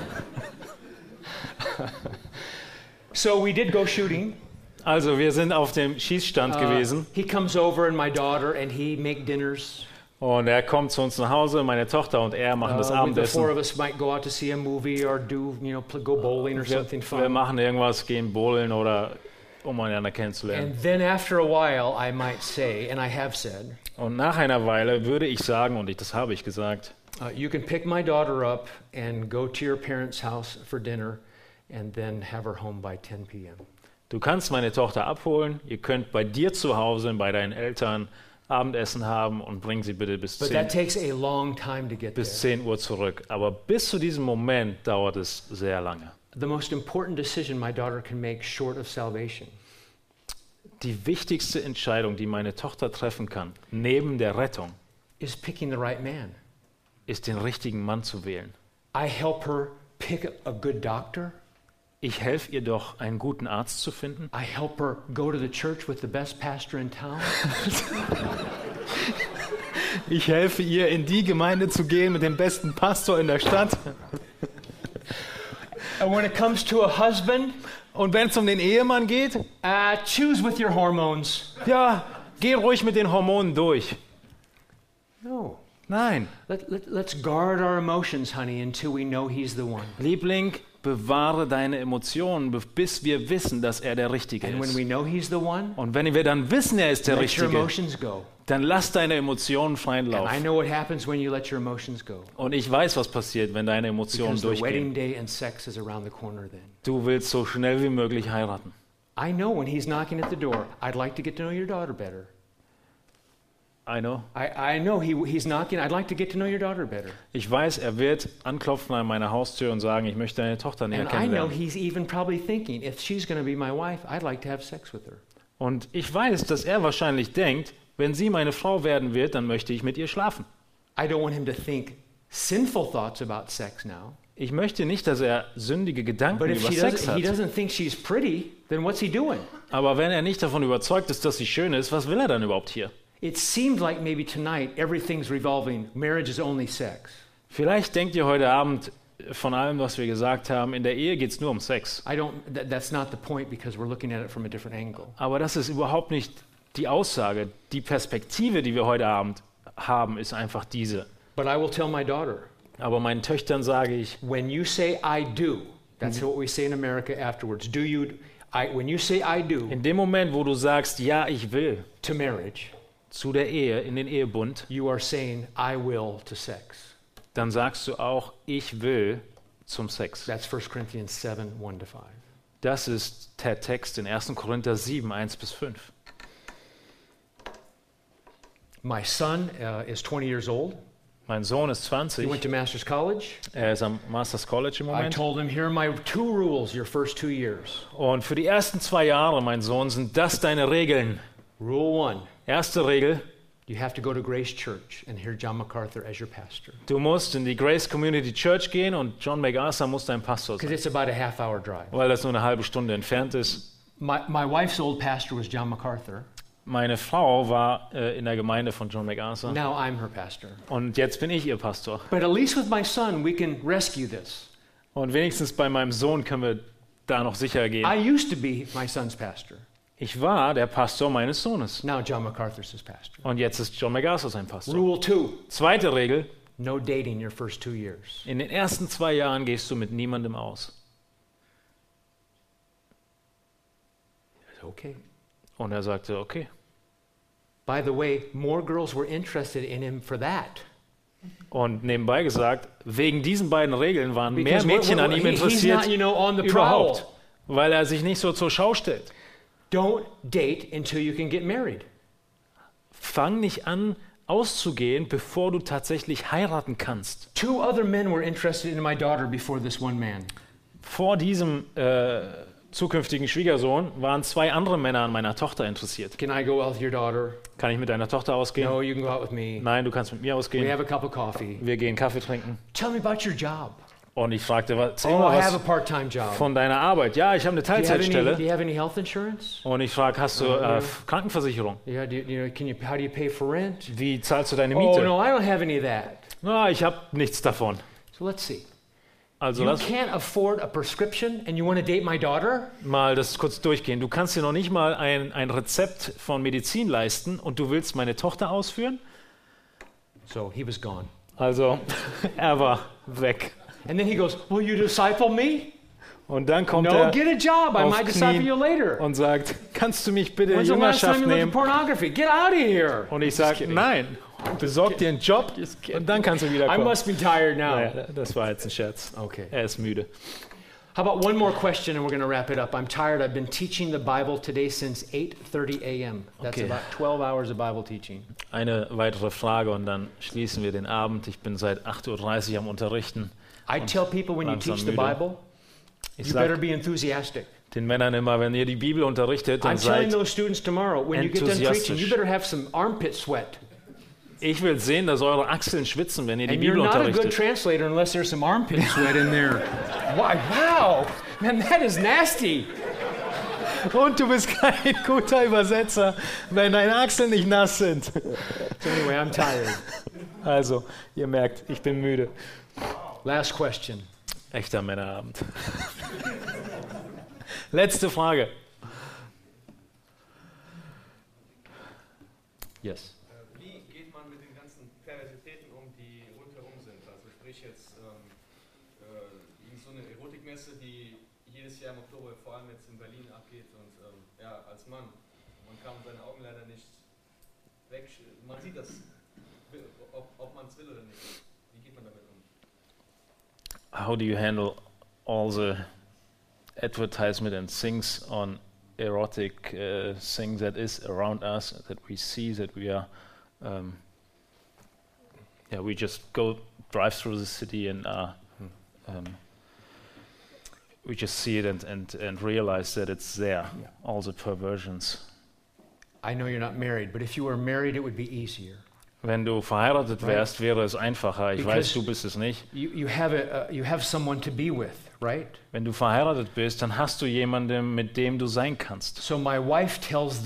So we did go shooting. Also wir sind auf dem Schießstand gewesen He comes over and my daughter, and he make dinners. und er kommt zu uns nach Hause, meine Tochter und er machen das The four Abendessen. of us might go out to see a movie or do, go bowling or something Wir fun. machen irgendwas, gehen bowlen oder um einander kennenzulernen. And then after a while, I might say, and I have said, Und nach einer Weile würde ich sagen, und das habe ich gesagt, you can pick my daughter up and go to your parents' house for dinner and then have her home by 10 p.m. du kannst meine Tochter abholen, ihr könnt bei dir zu Hause, bei deinen Eltern Abendessen haben und bring sie bitte bis But 10, that takes a long time to get there. bis 10 Uhr zurück. Aber bis zu diesem Moment dauert es sehr lange. the most important decision my daughter can make short of salvation Die wichtigste Entscheidung, die meine Tochter treffen kann, neben der Rettung, is picking the right man. ist, den richtigen Mann zu wählen. I help her pick a good doctor. Ich helfe ihr doch, einen guten Arzt zu finden. I help her go to the church with the best pastor in town. Ich helfe ihr, in die Gemeinde zu gehen mit dem besten Pastor in der Stadt. And when it comes to a husband, Und wenn es um den Ehemann geht, choose with your hormones. ja, geh ruhig mit den Hormonen durch. No. Nein, Let's guard our emotions, honey, until we know he's the one. Liebling, bewahre deine Emotionen, bis wir wissen, dass er der Richtige And when ist. we know he's the one, Und wenn wir dann wissen, er ist der let your Richtige, emotions go. dann lass deine Emotionen freien And I Lauf. know what happens when you let your emotions go. Und ich weiß, was passiert, wenn deine Emotionen Because the wedding durchgehen. day and sex is around the corner then. Du willst so schnell wie möglich heiraten. I know when he's knocking at the door, I'd like to get to know your daughter better. I know. I know he's knocking, I'd like to get to know your daughter better. Ich weiß, er wird anklopfen an meiner Haustür und sagen, ich möchte deine Tochter näher And I know kennenlernen. he's even probably thinking, if she's going to be my wife, I'd like to have sex with her. Und ich weiß, dass er wahrscheinlich denkt, wenn sie meine Frau werden wird, dann möchte ich mit ihr schlafen. I don't want him to think sinful thoughts about sex now. Ich möchte nicht, dass er sündige Gedanken But if über Sex he hat. doesn't think she's pretty, then what's he doing? Aber wenn er nicht davon überzeugt ist, dass sie schön ist, was will er dann überhaupt hier? It seemed like maybe tonight everything's revolving. Marriage is only sex. Vielleicht denkt ihr heute Abend von allem, was wir gesagt haben, in der Ehe geht es nur um Sex. That's not the point because we're looking at it from a different angle. Aber das ist überhaupt nicht die Aussage. Die Perspektive, die wir heute Abend haben, ist einfach diese. But I will tell my daughter, Aber meinen Töchtern sage ich, when you say I do, that's what we say in America afterwards. When you say I do in dem Moment, wo du sagst, ja, ich will, to marriage, zu der Ehe, in den Ehebund, you are saying I will to sex. dann sagst du auch, ich will zum Sex. That's 1 Corinthians 7, 1-5. Das ist der Text in 1. Korinther 7, 1-5. My son is 20 years old. Mein Sohn ist He went 20, to Master's College. er ist am Masters College im I Moment. told him, here are my 2 rules your first 2 years. Und für die ersten 2 Jahre, mein Sohn, sind das deine Regeln. Rule 1, Erste Regel, you have to go to Grace Church and hear John MacArthur as your pastor. du musst in die Grace Community Church gehen und John MacArthur muss dein Pastor Because sein, it's about a half-hour drive. weil das nur eine halbe Stunde entfernt ist. My wife's old pastor was John MacArthur. Meine Frau war in der Gemeinde von John MacArthur Now I'm her pastor. und jetzt bin ich ihr Pastor. But at least with my son, we can rescue this. Und wenigstens bei meinem Sohn können wir da noch sicher gehen. I used to be my son's pastor. Ich war der Pastor meines Sohnes Now John MacArthur's his pastor. und jetzt ist John MacArthur sein Pastor. Rule 2, Zweite Regel, no dating your first 2 years. in den ersten 2 Jahren gehst du mit niemandem aus. Okay. Und er sagte, okay. By the way, more girls were interested in him for that. Und nebenbei gesagt, wegen diesen beiden Regeln waren mehr Because Mädchen an ihm he's interessiert not, on the prowl. überhaupt, weil er sich nicht so zur Schau stellt. Don't date until you can get married. Fang nicht an, auszugehen, bevor du tatsächlich heiraten kannst. 2 other men were interested in my daughter before this one man. Vor diesem zukünftigen Schwiegersohn waren 2 andere Männer an meiner Tochter interessiert. Can I go out with your daughter? Kann ich mit deiner Tochter ausgehen? No, you can go out with me. Nein, du kannst mit mir We ausgehen. have a cup of coffee. Wir gehen Kaffee trinken. Tell me about your job. Und ich fragte, erzähl Oh, mal I have a was part-time job. von deiner Arbeit. Ja, ich habe eine Do you have Teilzeitstelle. any health insurance? Und ich frage, hast du Krankenversicherung? Yeah, how do you pay for rent? Wie zahlst du deine Oh, Miete? no, I don't have any of that. Na, ich habe nichts davon. So let's see. Also You lass can't afford a prescription and you want to date my daughter? mal das kurz durchgehen. Du kannst dir noch nicht mal ein Rezept von Medizin leisten und du willst meine Tochter ausführen? So he was gone. Also, er war weg. And then he goes, will you disciple me? Und dann kommt No, er get a job. I auf might disciple Knien you later. und sagt, kannst du mich bitte in When's the last time Jüngerschaft you looked at nehmen? pornography? Get out of here. Und ich sage, nein, besorg dir einen Job und dann kannst du I wiederkommen. must be tired now. Naja, das war jetzt ein Scherz. Okay. Er ist müde. How about one more question and we're going to wrap it up. I'm tired. I've been teaching the Bible today since 8:30 a.m. That's Okay. about 12 hours of Bible teaching. Eine weitere Frage und dann schließen wir den Abend. Ich bin seit 8:30 Uhr am Unterrichten. I tell people when you langsam teach the müde. Bible, Ich You better sage be enthusiastic. den Männern immer, wenn ihr die Bibel unterrichtet, dann I'm telling seid, those students tomorrow, when you get done preaching, you better have some armpit sweat. ich will sehen, dass eure Achseln schwitzen, wenn ihr die And you're Bibel not a good unterrichtet. translator unless there's some armpit sweat in there. Why? Wow, man, that is nasty. Und du bist kein guter Übersetzer, wenn deine Achseln nicht nass sind. So anyway, I'm tired. Also, ihr merkt, ich bin müde. Last question. Echter Männerabend. Letzte Frage. Yes. Wie geht man mit den ganzen Perversitäten um, die rundherum sind? Also sprich jetzt so eine Erotikmesse, die jedes Jahr im Oktober vor allem jetzt in Berlin abgeht und ja, als Mann, man kann seine Augen leider nicht weg, man sieht das, ob man es will oder nicht. Wie geht man damit um? How do you handle all the advertisement and things on erotic thing that is around us, that we see, that we are, we just drive through the city and we just see it and realize that it's there, all the perversions. I know you're not married, but if you were married, it would be easier. Wenn du verheiratet wärst, wäre es einfacher. Ich weiß, du bist es nicht. You have someone to be with, right? Wenn du verheiratet bist, dann hast du jemanden, mit dem du sein kannst. So my wife tells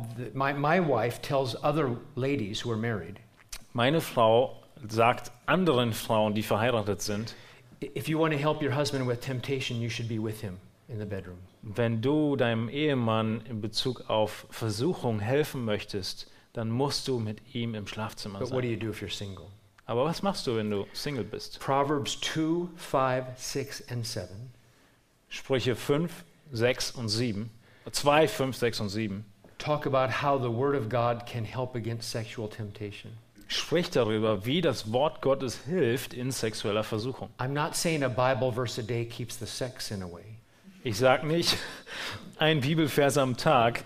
my wife tells other ladies who are married. Meine Frau sagt anderen Frauen, die verheiratet sind, If you want to help your husband with temptation, you should be with him in the bedroom. wenn du deinem Ehemann in Bezug auf Versuchung helfen möchtest, dann musst du mit ihm im Schlafzimmer But what do sein. you do if you're single? Aber was machst du, wenn du Single bist? Proverbs 2, 5, 6, and 7 Sprüche 5, 6 und 7. 2, 5, 6 und 7. talk about how the Word of God can help against sexual temptation. Spricht darüber, wie das Wort Gottes hilft in sexueller Versuchung. I'm not saying a Bible verse a day keeps the sex sin away. Ich sage nicht, ein Bibelvers am Tag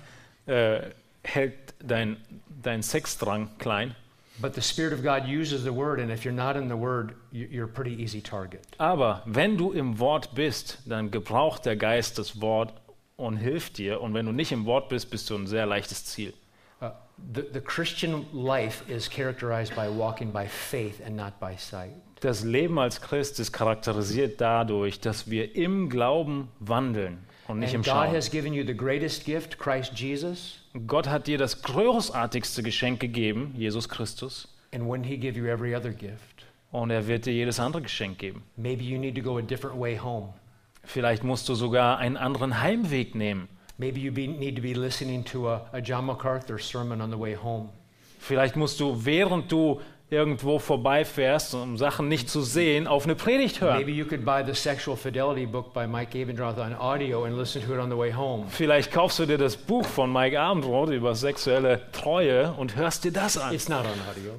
hält dein Sexdrang klein. But the Spirit of God uses the Word, and if you're not in the Word, you're a pretty easy target. Aber wenn du im Wort bist, dann gebraucht der Geist das Wort und hilft dir. Und wenn du nicht im Wort bist, bist du ein sehr leichtes Ziel. The Christian life is characterized by walking by faith and not by sight. Das Leben als Christ ist charakterisiert dadurch, dass wir im Glauben wandeln und nicht im And God Schauen. has given you the greatest gift, Christ Jesus. Gott hat dir das großartigste Geschenk gegeben, Jesus Christus, And wouldn't He give you every other gift? und er wird dir jedes andere Geschenk geben. Maybe you need to go a different way home. Vielleicht musst du sogar einen anderen Heimweg nehmen. Maybe you need to be listening to a John MacArthur sermon on the way home. Vielleicht musst du, während du irgendwo vorbeifährst, um Sachen nicht zu sehen, auf eine Predigt hören. Maybe you could buy the Sexual Fidelity book by Mike Abendroth on audio and listen to it on the way home. Vielleicht kaufst du dir das Buch von Mike Abendroth über sexuelle Treue und hörst dir das an. It's not on audio.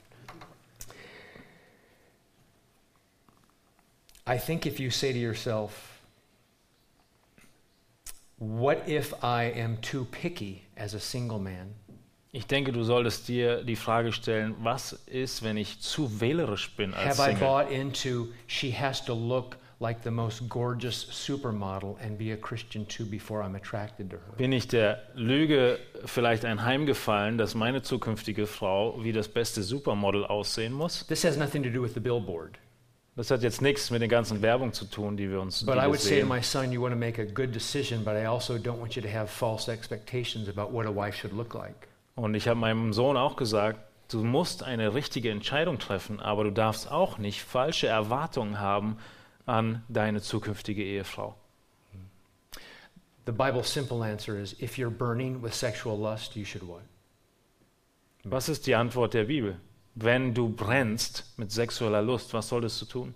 I think if you say to yourself, what if I am too picky as a single man? Ich denke, du solltest dir die Frage stellen, was ist, wenn ich zu wählerisch bin als Have I Single? bought into she has to look like the most gorgeous supermodel and be a Christian too before I'm attracted to her? Bin ich der Lüge vielleicht anheimgefallen, dass meine zukünftige Frau wie das beste Supermodel aussehen muss? This has nothing to do with the billboard. Das hat jetzt nichts mit der ganzen Werbung zu tun, die wir But I would say to sehen. my son, you want to make a good decision, but I also don't want you to have false expectations about what a wife should look like. Und ich habe meinem Sohn auch gesagt, du musst eine richtige Entscheidung treffen, aber du darfst auch nicht falsche Erwartungen haben an deine zukünftige Ehefrau. The Bible's simple answer is, if you're burning with sexual lust, you should what? Was ist die Antwort der Bibel? Wenn du brennst mit sexueller Lust, was solltest du tun?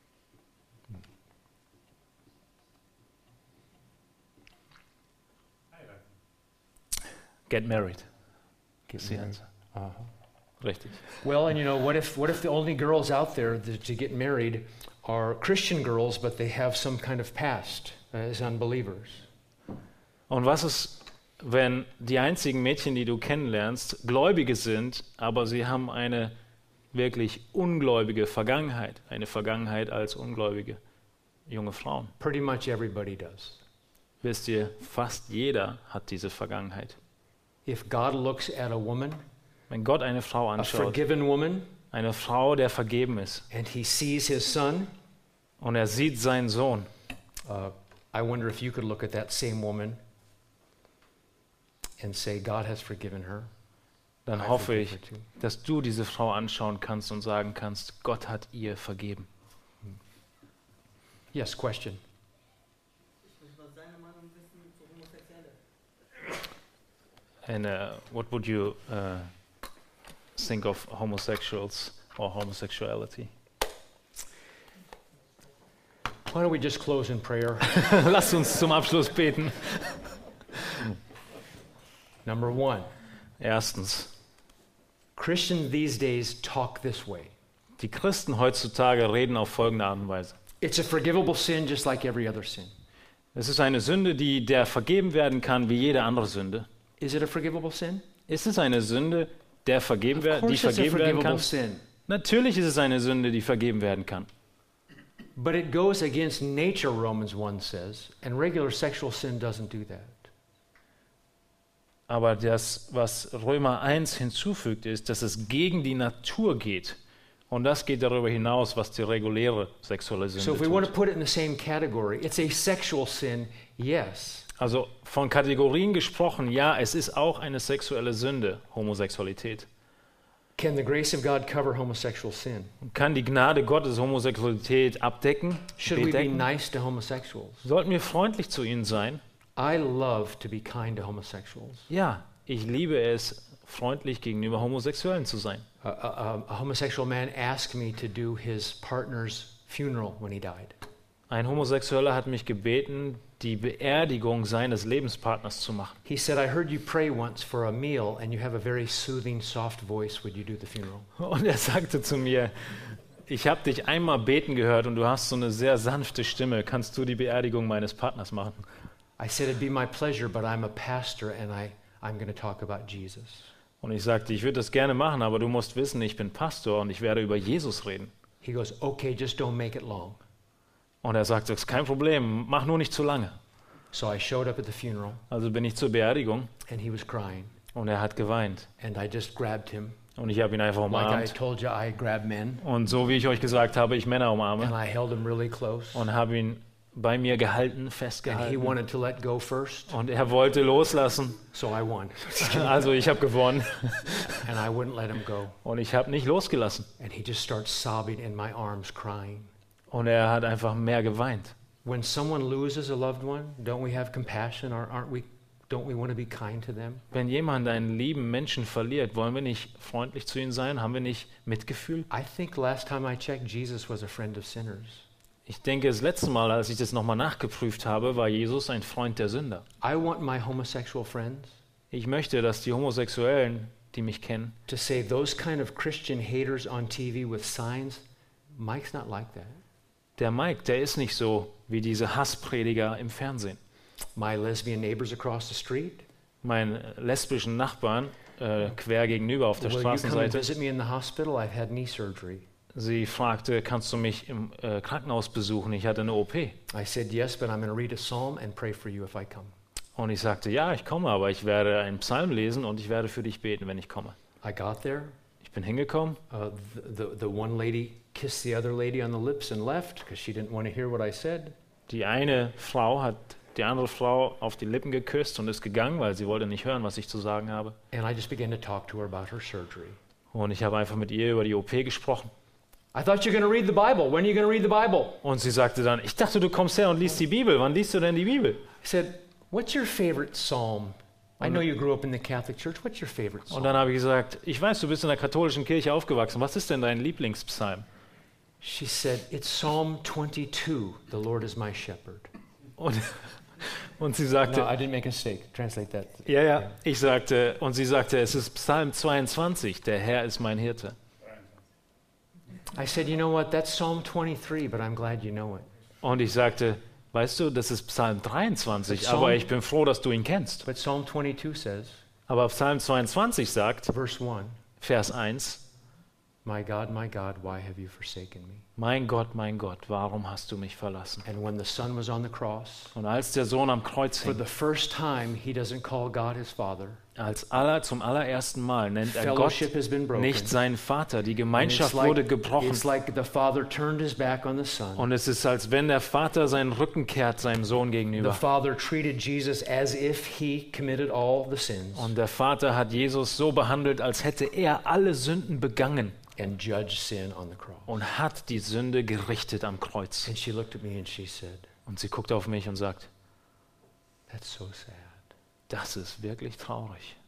Get married. Ist die Antwort. Richtig. Well, and you know, what if the only girls out there to get married are Christian girls, but they have some kind of past as unbelievers? Und was ist, wenn die einzigen Mädchen, die du kennenlernst, Gläubige sind, aber sie haben eine wirklich ungläubige Vergangenheit, eine Vergangenheit als Ungläubige? junge Frauen. Pretty much everybody does. Wisst ihr, fast jeder hat diese Vergangenheit. If God looks at a woman, Wenn Gott eine Frau a anschaut, forgiven woman, eine Frau, der vergeben ist, and he sees his son, und er sieht seinen Sohn, I wonder if you could look at that same woman and say, God has forgiven her. dann I hoffe forgive ich, her too. dass du diese Frau anschauen kannst und sagen kannst, Gott hat ihr vergeben. Yes, question. Ich möchte mal seine Meinung wissen zu Homosexuellen. And what would you think of homosexuals or homosexuality? Why don't we just close in prayer? Lasst uns zum Abschluss beten. Number one, Erstens, Christians these days talk this way. die Christen heutzutage reden auf folgende Art und Weise. It's a forgivable sin just like every other sin. Es ist eine Sünde, die der vergeben werden kann wie jede andere Sünde. Is it a forgivable sin? Ist es eine Sünde, die Of vergeben werden forgivable kann? sin. Natürlich ist es eine Sünde, die vergeben werden kann. But it goes against nature, Romans 1 says, and regular sexual sin doesn't do that. Aber das, was Römer 1 hinzufügt, ist, dass es gegen die Natur geht. Und das geht darüber hinaus, was die reguläre sexuelle So Sünde if we want to tut. put it in the same category, it's a sexual sin, yes. Also von Kategorien gesprochen, ja, es ist auch eine sexuelle Sünde, Homosexualität. Can the grace of God cover homosexual sin? Kann die Gnade Gottes Homosexualität abdecken? Should we be bedecken? nice to homosexuals? Sollten wir freundlich zu ihnen sein? I love to be kind to homosexuals. Ja, ich liebe es, freundlich gegenüber Homosexuellen zu sein. A homosexual man asked me to do his partner's funeral when he died. Ein Homosexueller hat mich gebeten, die Beerdigung seines Lebenspartners zu machen. He said, I heard you pray once for a meal and you have a very soothing, soft voice. Would you do the funeral? Und er sagte zu mir, ich habe dich einmal beten gehört und du hast so eine sehr sanfte Stimme. Kannst du die Beerdigung meines Partners machen? I said, it'd be my pleasure, but I'm a pastor and I'm going to talk about Jesus. Und ich sagte, ich würde das gerne machen, aber du musst wissen, ich bin Pastor und ich werde über Jesus reden. He goes, okay, just don't make it long. Und er sagte, das ist kein Problem, mach nur nicht zu lange. So I showed up at the funeral Also bin ich zur Beerdigung and he was crying. und er hat geweint. And I just grabbed him. Und ich habe ihn einfach Like I umarmt. told you, I grab men. Und so wie ich euch gesagt habe, ich Männer And umarme. I held him really close. Und habe ihn bei mir gehalten, And he festgehalten. wanted to let go first. Und er wollte loslassen. So I won. Also ich habe gewonnen. And I wouldn't let him go. Und ich habe nicht losgelassen. And he just starts sobbing in my arms, crying. Und er hat einfach mehr geweint. When someone loses a loved one, don't we have compassion or don't we want to be kind to them? Wenn jemand einen lieben Menschen verliert, wollen wir nicht freundlich zu ihm sein? Haben wir nicht Mitgefühl? I think last time I checked, Jesus was a friend of sinners. Ich denke, das letzte Mal, als ich das nochmal nachgeprüft habe, war Jesus ein Freund der Sünder. I want my homosexual friends Ich möchte, dass die Homosexuellen, die mich kennen, to say those kind of Christian haters on TV with signs, Mike's not like that. der Mike, der ist nicht so wie diese Hassprediger im Fernsehen. My lesbian neighbors across the street, Meinen lesbischen Nachbarn quer gegenüber auf der will you come and Straßenseite, visit me in the hospital? I've had knee surgery. sie fragte, kannst du mich im Krankenhaus besuchen? Ich hatte eine OP. I said yes, but I'm going to read a psalm and pray for you if I come. Und ich sagte, ja, ich komme, aber ich werde einen Psalm lesen und ich werde für dich beten, wenn ich komme. I got there. Ich bin hingekommen. The one lady kissed the other lady on the lips and left because she didn't want to hear what I said. Die eine Frau hat die andere Frau auf die Lippen geküsst und ist gegangen, weil sie wollte nicht hören, was ich zu sagen habe. And I just began to talk to her about her surgery. Und ich habe einfach mit ihr über die OP gesprochen. I thought you're going to read the Bible. When are you going to read the Bible? Und sie sagte dann, ich dachte, du kommst her und liest die Bibel. Wann liest du denn die Bibel? I said, what's your favorite psalm? I know you grew up in the Catholic Church. What's your favorite Und psalm? dann habe ich gesagt, ich weiß, du bist in der katholischen Kirche aufgewachsen. Was ist denn dein Lieblingspsalm? She said, it's Psalm 22. The Lord is my shepherd. Und sie No, sagte, I didn't make a mistake. Translate that. ja, ich sagte, und sie sagte, es ist Psalm 22, der Herr ist mein Hirte. I said, you know what? That's Psalm 23, but I'm glad you know it. Und ich sagte, weißt du, das ist Psalm 23, Psalm- aber ich bin froh, dass du ihn kennst. But Psalm 22 says, Aber Psalm 22 sagt, verse 1, Vers 1, my God, why have you forsaken me? Mein Gott, warum hast du mich verlassen? And when the Son was on the cross, Und als der Sohn am Kreuz for hing, the first time, he doesn't call God his Father. zum allerersten Mal nennt er Gott Fellowship has been broken. nicht seinen Vater. Die And Gemeinschaft wurde gebrochen. it's like the Father turned his back on the Son. Und es ist, als wenn der Vater seinen Rücken kehrt seinem Sohn The gegenüber. Father treated Jesus as if he committed all the sins Und der Vater hat Jesus so behandelt, als hätte er alle Sünden begangen and judged sin on the cross. und hat die Sünde gerichtet am Kreuz. And she looked at me and she said, Und sie guckt auf mich und sagt, that's so sad. das ist wirklich traurig.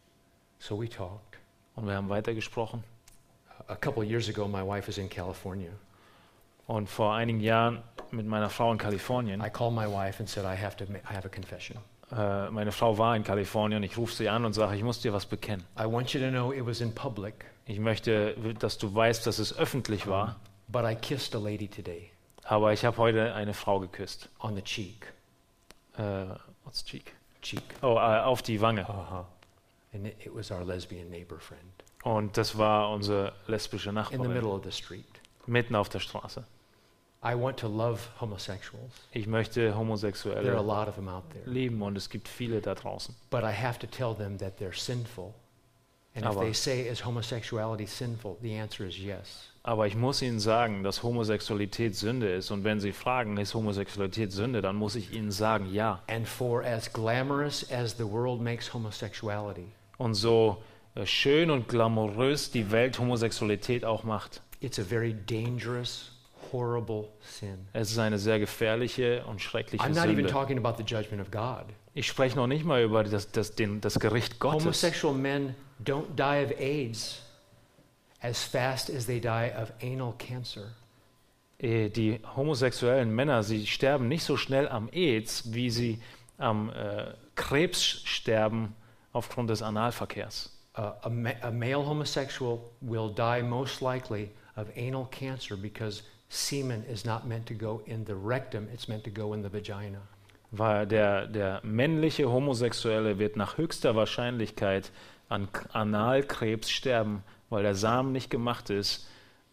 So we talked. Und wir haben weitergesprochen. A couple of years ago, my wife is in California. Und vor einigen Jahren mit meiner Frau in Kalifornien. I called my wife and said, I have a confession. Meine Frau war in Kalifornien. Ich rufe sie an und sage, ich muss dir was bekennen. I want you to know it was in public, Ich möchte, dass du weißt, dass es öffentlich war. but I kissed a lady today Aber ich habe heute eine Frau geküsst. on the cheek. What's cheek? Cheek. Oh, auf die Wange. Uh-huh. And it was our lesbian neighbor friend Und das war unsere lesbische in the Nachbarin. middle of the street. Mitten auf der Straße. I want to love homosexuals. Ich möchte There are a Homosexuelle lot of them out there. lieben und es gibt viele da draußen. But I have to tell them that they're sinful. And if Aber- they say, is homosexuality sinful? The answer is yes. Aber ich muss ihnen sagen, dass Homosexualität Sünde ist. Und wenn sie fragen, ist Homosexualität Sünde, dann muss ich ihnen sagen, ja. And for as glamorous as the world makes homosexuality, Und so schön und glamourös die Welt Homosexualität auch macht, it's a very dangerous, horrible sin. es ist eine sehr gefährliche und schreckliche I'm not even Sünde. talking about the judgment of God. Ich spreche noch nicht mal über das Gericht Gottes. Homosexual men don't die of AIDS as fast as they die of anal cancer. Die homosexuellen Männer, sie sterben nicht so schnell am AIDS, wie sie am Krebs sterben aufgrund des Analverkehrs. A male homosexual will die most likely of anal cancer because semen is not meant to go in the rectum, it's meant to go in the vagina. Weil der männliche Homosexuelle wird nach höchster Wahrscheinlichkeit an Analkrebs sterben, weil der Samen nicht gemacht ist,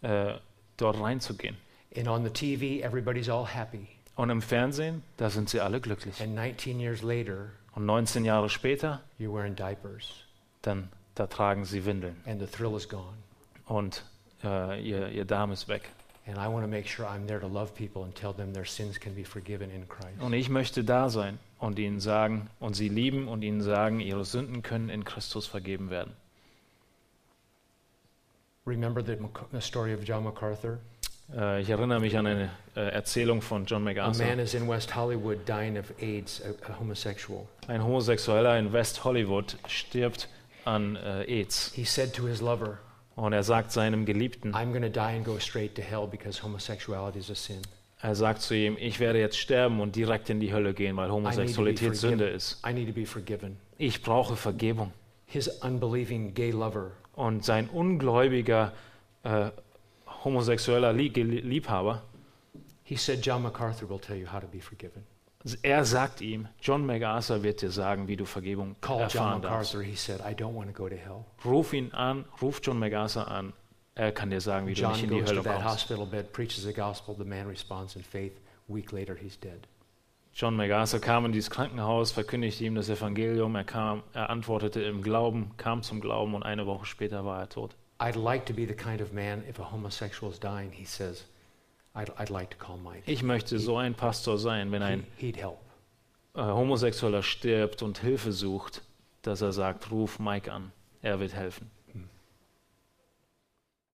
dort reinzugehen. And on the TV, everybody's all happy. Und im Fernsehen, da sind sie alle glücklich. And 19 years later, Und 19 Jahre später, you're wearing diapers da tragen sie Windeln. and the thrill is gone. Und ihr Darm ist weg. And I want to make sure I'm there to love people and tell them their sins can be forgiven in Christ. Und ich möchte da sein und ihnen sagen, und sie lieben und ihnen sagen, ihre Sünden können in Christus vergeben werden. Remember the story of John MacArthur? Ich erinnere mich an eine Erzählung von John A man MacArthur. is in West Hollywood dying of AIDS, a homosexual. Ein Homosexueller in West Hollywood stirbt an AIDS. He said to his lover, Und er sagt seinem Geliebten, I'm going to die and go straight to hell because homosexuality is a sin. er sagt zu ihm, ich werde jetzt sterben und direkt in die Hölle gehen, weil Homosexualität Sünde ist. I need to be forgiven. Ich brauche Vergebung. His unbelieving gay lover Und sein ungläubiger homosexueller Liebhaber, he said, John MacArthur will tell you how to be forgiven. er sagt ihm, John MacArthur wird dir sagen, wie du Vergebung Call John erfahren darfst. MacArthur. He said, I don't want to go to hell. Ruf ihn an, ruf John MacArthur an. Er kann dir sagen, wie du nicht John in die goes to Hölle that kommst. hospital bed, preaches the gospel. The man responds in faith. A week later, he's dead. John MacArthur kam in dieses Krankenhaus, verkündigte ihm das Evangelium, er antwortete im Glauben, kam zum Glauben und eine Woche später war er tot. I'd like to be the kind of man, if a homosexual is dying, he says, I'd like to call Mike. Ich möchte so ein Pastor sein, wenn ein He'd help. Homosexueller stirbt und Hilfe sucht, dass er sagt, ruf Mike an, er wird helfen.